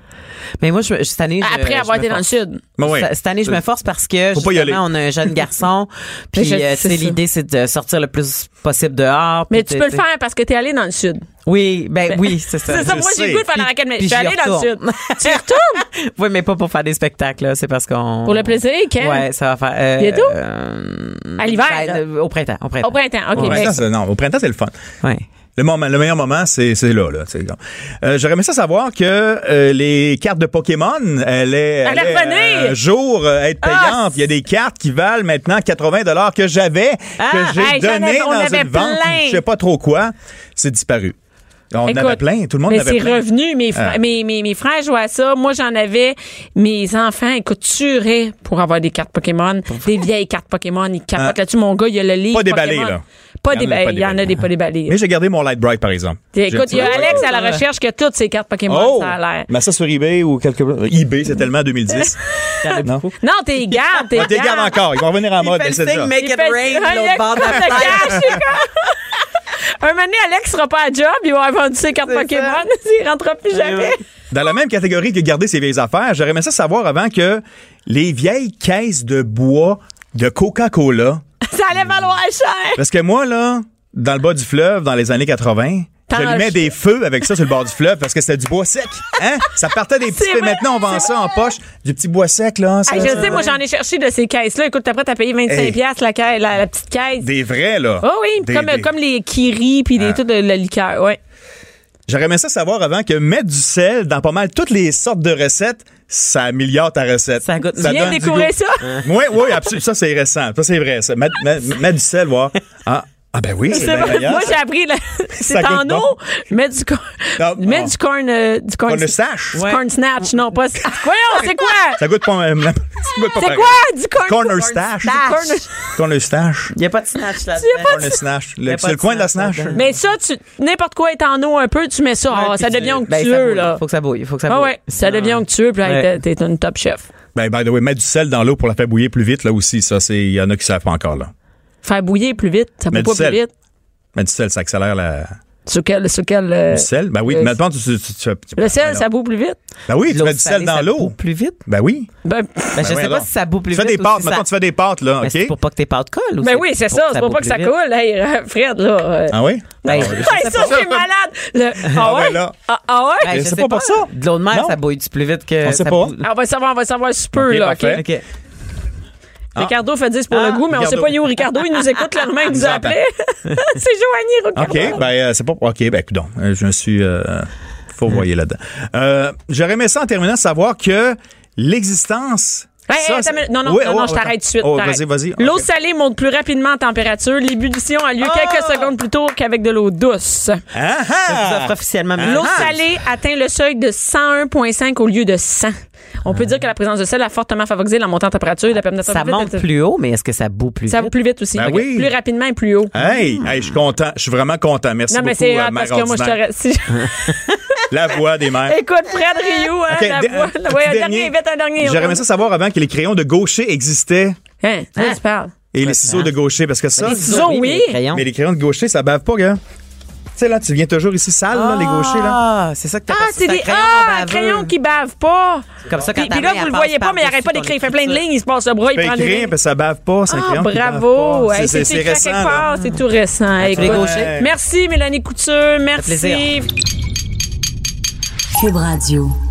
Mais moi, je, cette année, je, Après je avoir me été dans le force. sud. Ben oui. Cette année, je me force parce que Faut pas y aller. justement, on a un jeune garçon. Puis, Je- euh, tu c'est sais, ça. l'idée, c'est de sortir le plus possible dehors. Mais puis tu de- peux le faire parce que t'es allé dans le sud. Oui, ben oui, c'est ça. C'est ça, Je moi j'ai sais. le goût de faire la raquette, mais je Puis suis j'y allée dans le sud. retourne. Tu y retournes? Oui, mais pas pour faire des spectacles, là. C'est parce qu'on. Pour le plaisir, quand? Ouais, ça va faire. Euh, Bientôt? euh, À l'hiver, ben, là. euh, au printemps. Au printemps. Au printemps, OK. Au mais- printemps, c'est- non, au printemps, c'est le fun. Ouais. Le moment, le meilleur moment, c'est, c'est là, là. tu sais, comme. Euh, j'aurais aimé ça savoir que euh, les cartes de Pokémon, elles est, Allez allaient, revenir! euh, un jour euh, être payantes. Ah! Il y a des cartes qui valent maintenant quatre-vingts dollars que j'avais, Ah! que j'ai Hey, j'en donné avais- on dans avait une vente, plein. je sais pas trop quoi, c'est disparu. On en Écoute, avait plein, tout le monde en mais avait c'est plein. revenu. Mes, fra- Ah. mes, mes, mes frères jouaient à ça. Moi, j'en avais. Mes enfants, écoute, tueraient pour avoir des cartes Pokémon. Des vieilles cartes Pokémon. Ils capotent Ah. là-dessus. Mon gars, il y a le livre Pas déballé, Pokémon. là. Pas Il y en a déballé. pas Il y en a déballé. des pas déballés. Mais j'ai gardé mon Light Bright, par exemple. Écoute, il y a J'ai- Alex à la Ouais. recherche que toutes ces cartes Pokémon, Oh! ça a l'air. Mais ça sur eBay ou quelque eBay, c'est tellement deux mille dix. non? Non, t'es garde, t'es Ah, t'es garde encore. Ils vont revenir en mode, fait mais le c'est signe, ça. make Il it fait- rain, Alex, l'autre bord de la le fenêtre. cash, c'est comme- Un moment donné, Alex sera pas à job, il va avoir vendu ses cartes C'est Pokémon, ça. il rentrera plus jamais. Dans la même catégorie que garder ses vieilles affaires, j'aurais aimé ça savoir avant que les vieilles caisses de bois de Coca-Cola, Ça allait valoir cher. parce que moi, là, dans le bas du fleuve, dans les années quatre-vingts, T'en j'allumais as- des feux avec ça sur le bord du fleuve parce que c'était du bois sec. Hein? Ça partait des petits C'est feux. vrai, Maintenant, on vend c'est ça en poche. Du petit bois sec, là. ça, Hey, je ça, sais, moi, j'en ai cherché de ces caisses-là. Écoute, t'es prête à payer vingt-cinq Hey. piastres la, caisse, la, la petite caisse. Des vrais, là. Oh oui, Des- comme, des- comme les Kiri puis les, Ah. tout le, le liqueur, ouais. J'aurais aimé ça savoir avant que mettre du sel dans pas mal toutes les sortes de recettes, ça améliore ta recette. Ça goûte- Tu viens donne de du découvrir goût. ça? Oui, oui, absolument. Ça, c'est récent. Ça, c'est vrai. Ça. Mettre, mettre- mettre du sel, voir. Ah, ah ben oui, c'est C'est bien vrai. meilleur. Moi, j'ai appris, là, c'est Ça en goûte eau, bon. mettre du corn, Non, mettre non. du corn, euh, du corn, Corn snatch. du corn snatch, non, pas, voyons, c'est quoi? Ça goûte pas, euh, ça goûte pas C'est pareil. quoi? Du corn, Corner stash. Corner- Corner stash. Il n'y a pas de snatch là-dedans. Corner snatch. Y a Le- pas C'est de le coin de la snatch snatch. là-dedans. Mais ça, tu, n'importe quoi est en eau un peu, tu mets ça, ah, Ouais, ça puis tu- devient ben, ça onctueux, bouille. là. Faut que ça bouille. Faut que ça Ah bouille. ouais, ça devient onctueux, puis Ouais. hey, t'es t'es une top chef. Ben, by the way, mettre du sel dans l'eau pour la faire bouillir plus vite, là aussi, ça, c'est, il y en a qui savent pas encore, là. Faire bouillir plus vite, ça Mais peut du pas plus sel. vite. Mettre du sel, ça accélère la, Sur quel, sur quel, euh, du sel. Ben oui, le- maintenant, tu, tu, tu, tu- le sel, ben ça boue plus vite. Ben oui, tu L'eau mets du sel salée, dans ça l'eau. bout plus vite. Ben oui. Ben, Ben, je sais voyons pas donc. si ça bout plus Tu fais vite. des ou pâtes, si maintenant, ça- tu fais des pâtes, là, Ben, OK? c'est pour pas que tes pâtes collent. ou ben c'est oui, c'est ça, c'est pour bout pas que ça plus vite? coule. Hey, euh, Fred, là. euh, Ah oui? Ben, Hey, ça, je suis malade. Le- ah ouais? ouais, là. Ah, ah ouais? Ben, je c'est sais pas pour ça. De l'eau de mer, Non. ça bouille plus vite que. On sait ça pas. bout- Ah, on va savoir, on va savoir sous peu, Ok, là, OK? parfait. OK. Ricardo fait dix pour Ah, le goût, mais on Ricardo. sait pas il est où Ricardo. Il nous écoute, le même, il nous a entend. appelé. C'est Joanie Ricardo. OK, ben, euh, c'est pas. OK, ben, écoute, je me suis. Euh, faut voyer là-dedans. Euh, J'aurais aimé ça en terminant savoir que l'existence. Hey, ça, hey, c'est- attends, non, non, Oui, non, oh, non, je attends. t'arrête tout de suite. Oh, t'arrête. vas-y, vas-y. L'eau OK. salée monte plus rapidement en température. L'ébullition a lieu quelques secondes plus tôt qu'avec de l'eau douce. Ah, Ça vous offre ah! officiellement L'eau Ah. salée atteint le seuil de cent un virgule cinq au lieu de cent. On peut dire que la présence de sel a fortement favorisé la montée en température et la perméation Ça plus vite. monte plus haut, mais est-ce que ça bout plus Ça vite? va plus vite aussi. Ben Ok. oui. Plus rapidement et plus haut. Hey, hey, je suis content. Je suis vraiment content. Merci Non, mais beaucoup, c'est euh, hot parce Mère que moi, je Ordinaire. t'aurais. si- La voix des mères. Écoute, Fred Rioux, hein, OK, la dé- voix. un Ouais, un petit dernier, vite, un dernier. J'aurais aimé ça savoir avant que les crayons de gaucher existaient Hein, de quoi tu parles? et les ciseaux de gaucher, parce que ça. Les ciseaux, oui. mais les crayons. Mais les crayons de gaucher, ça bave pas, gars. Tu sais, là, tu viens toujours ici sale, là, les gauchers, là. Ah, c'est ça que t'as Ah, c'est des ah, crayons qui bavent pas. Comme ça, quand Puis, ta puis là, main, vous elle le voyez passe pas, mais il arrête pas par-dessus d'écrire. Il ton fait plein de écriture. lignes, il se passe le bras, Tu il peux prend des écrire, lignes. puis ça bave pas. C'est un Ah, crayon qui bave bravo! pas. Hey, C'est- C'est C'est écrit quelque récent, là. part, c'est tout récent. les Écoute. gauchers. Merci, Mélanie Couture. Merci. plaisir. Cube Radio.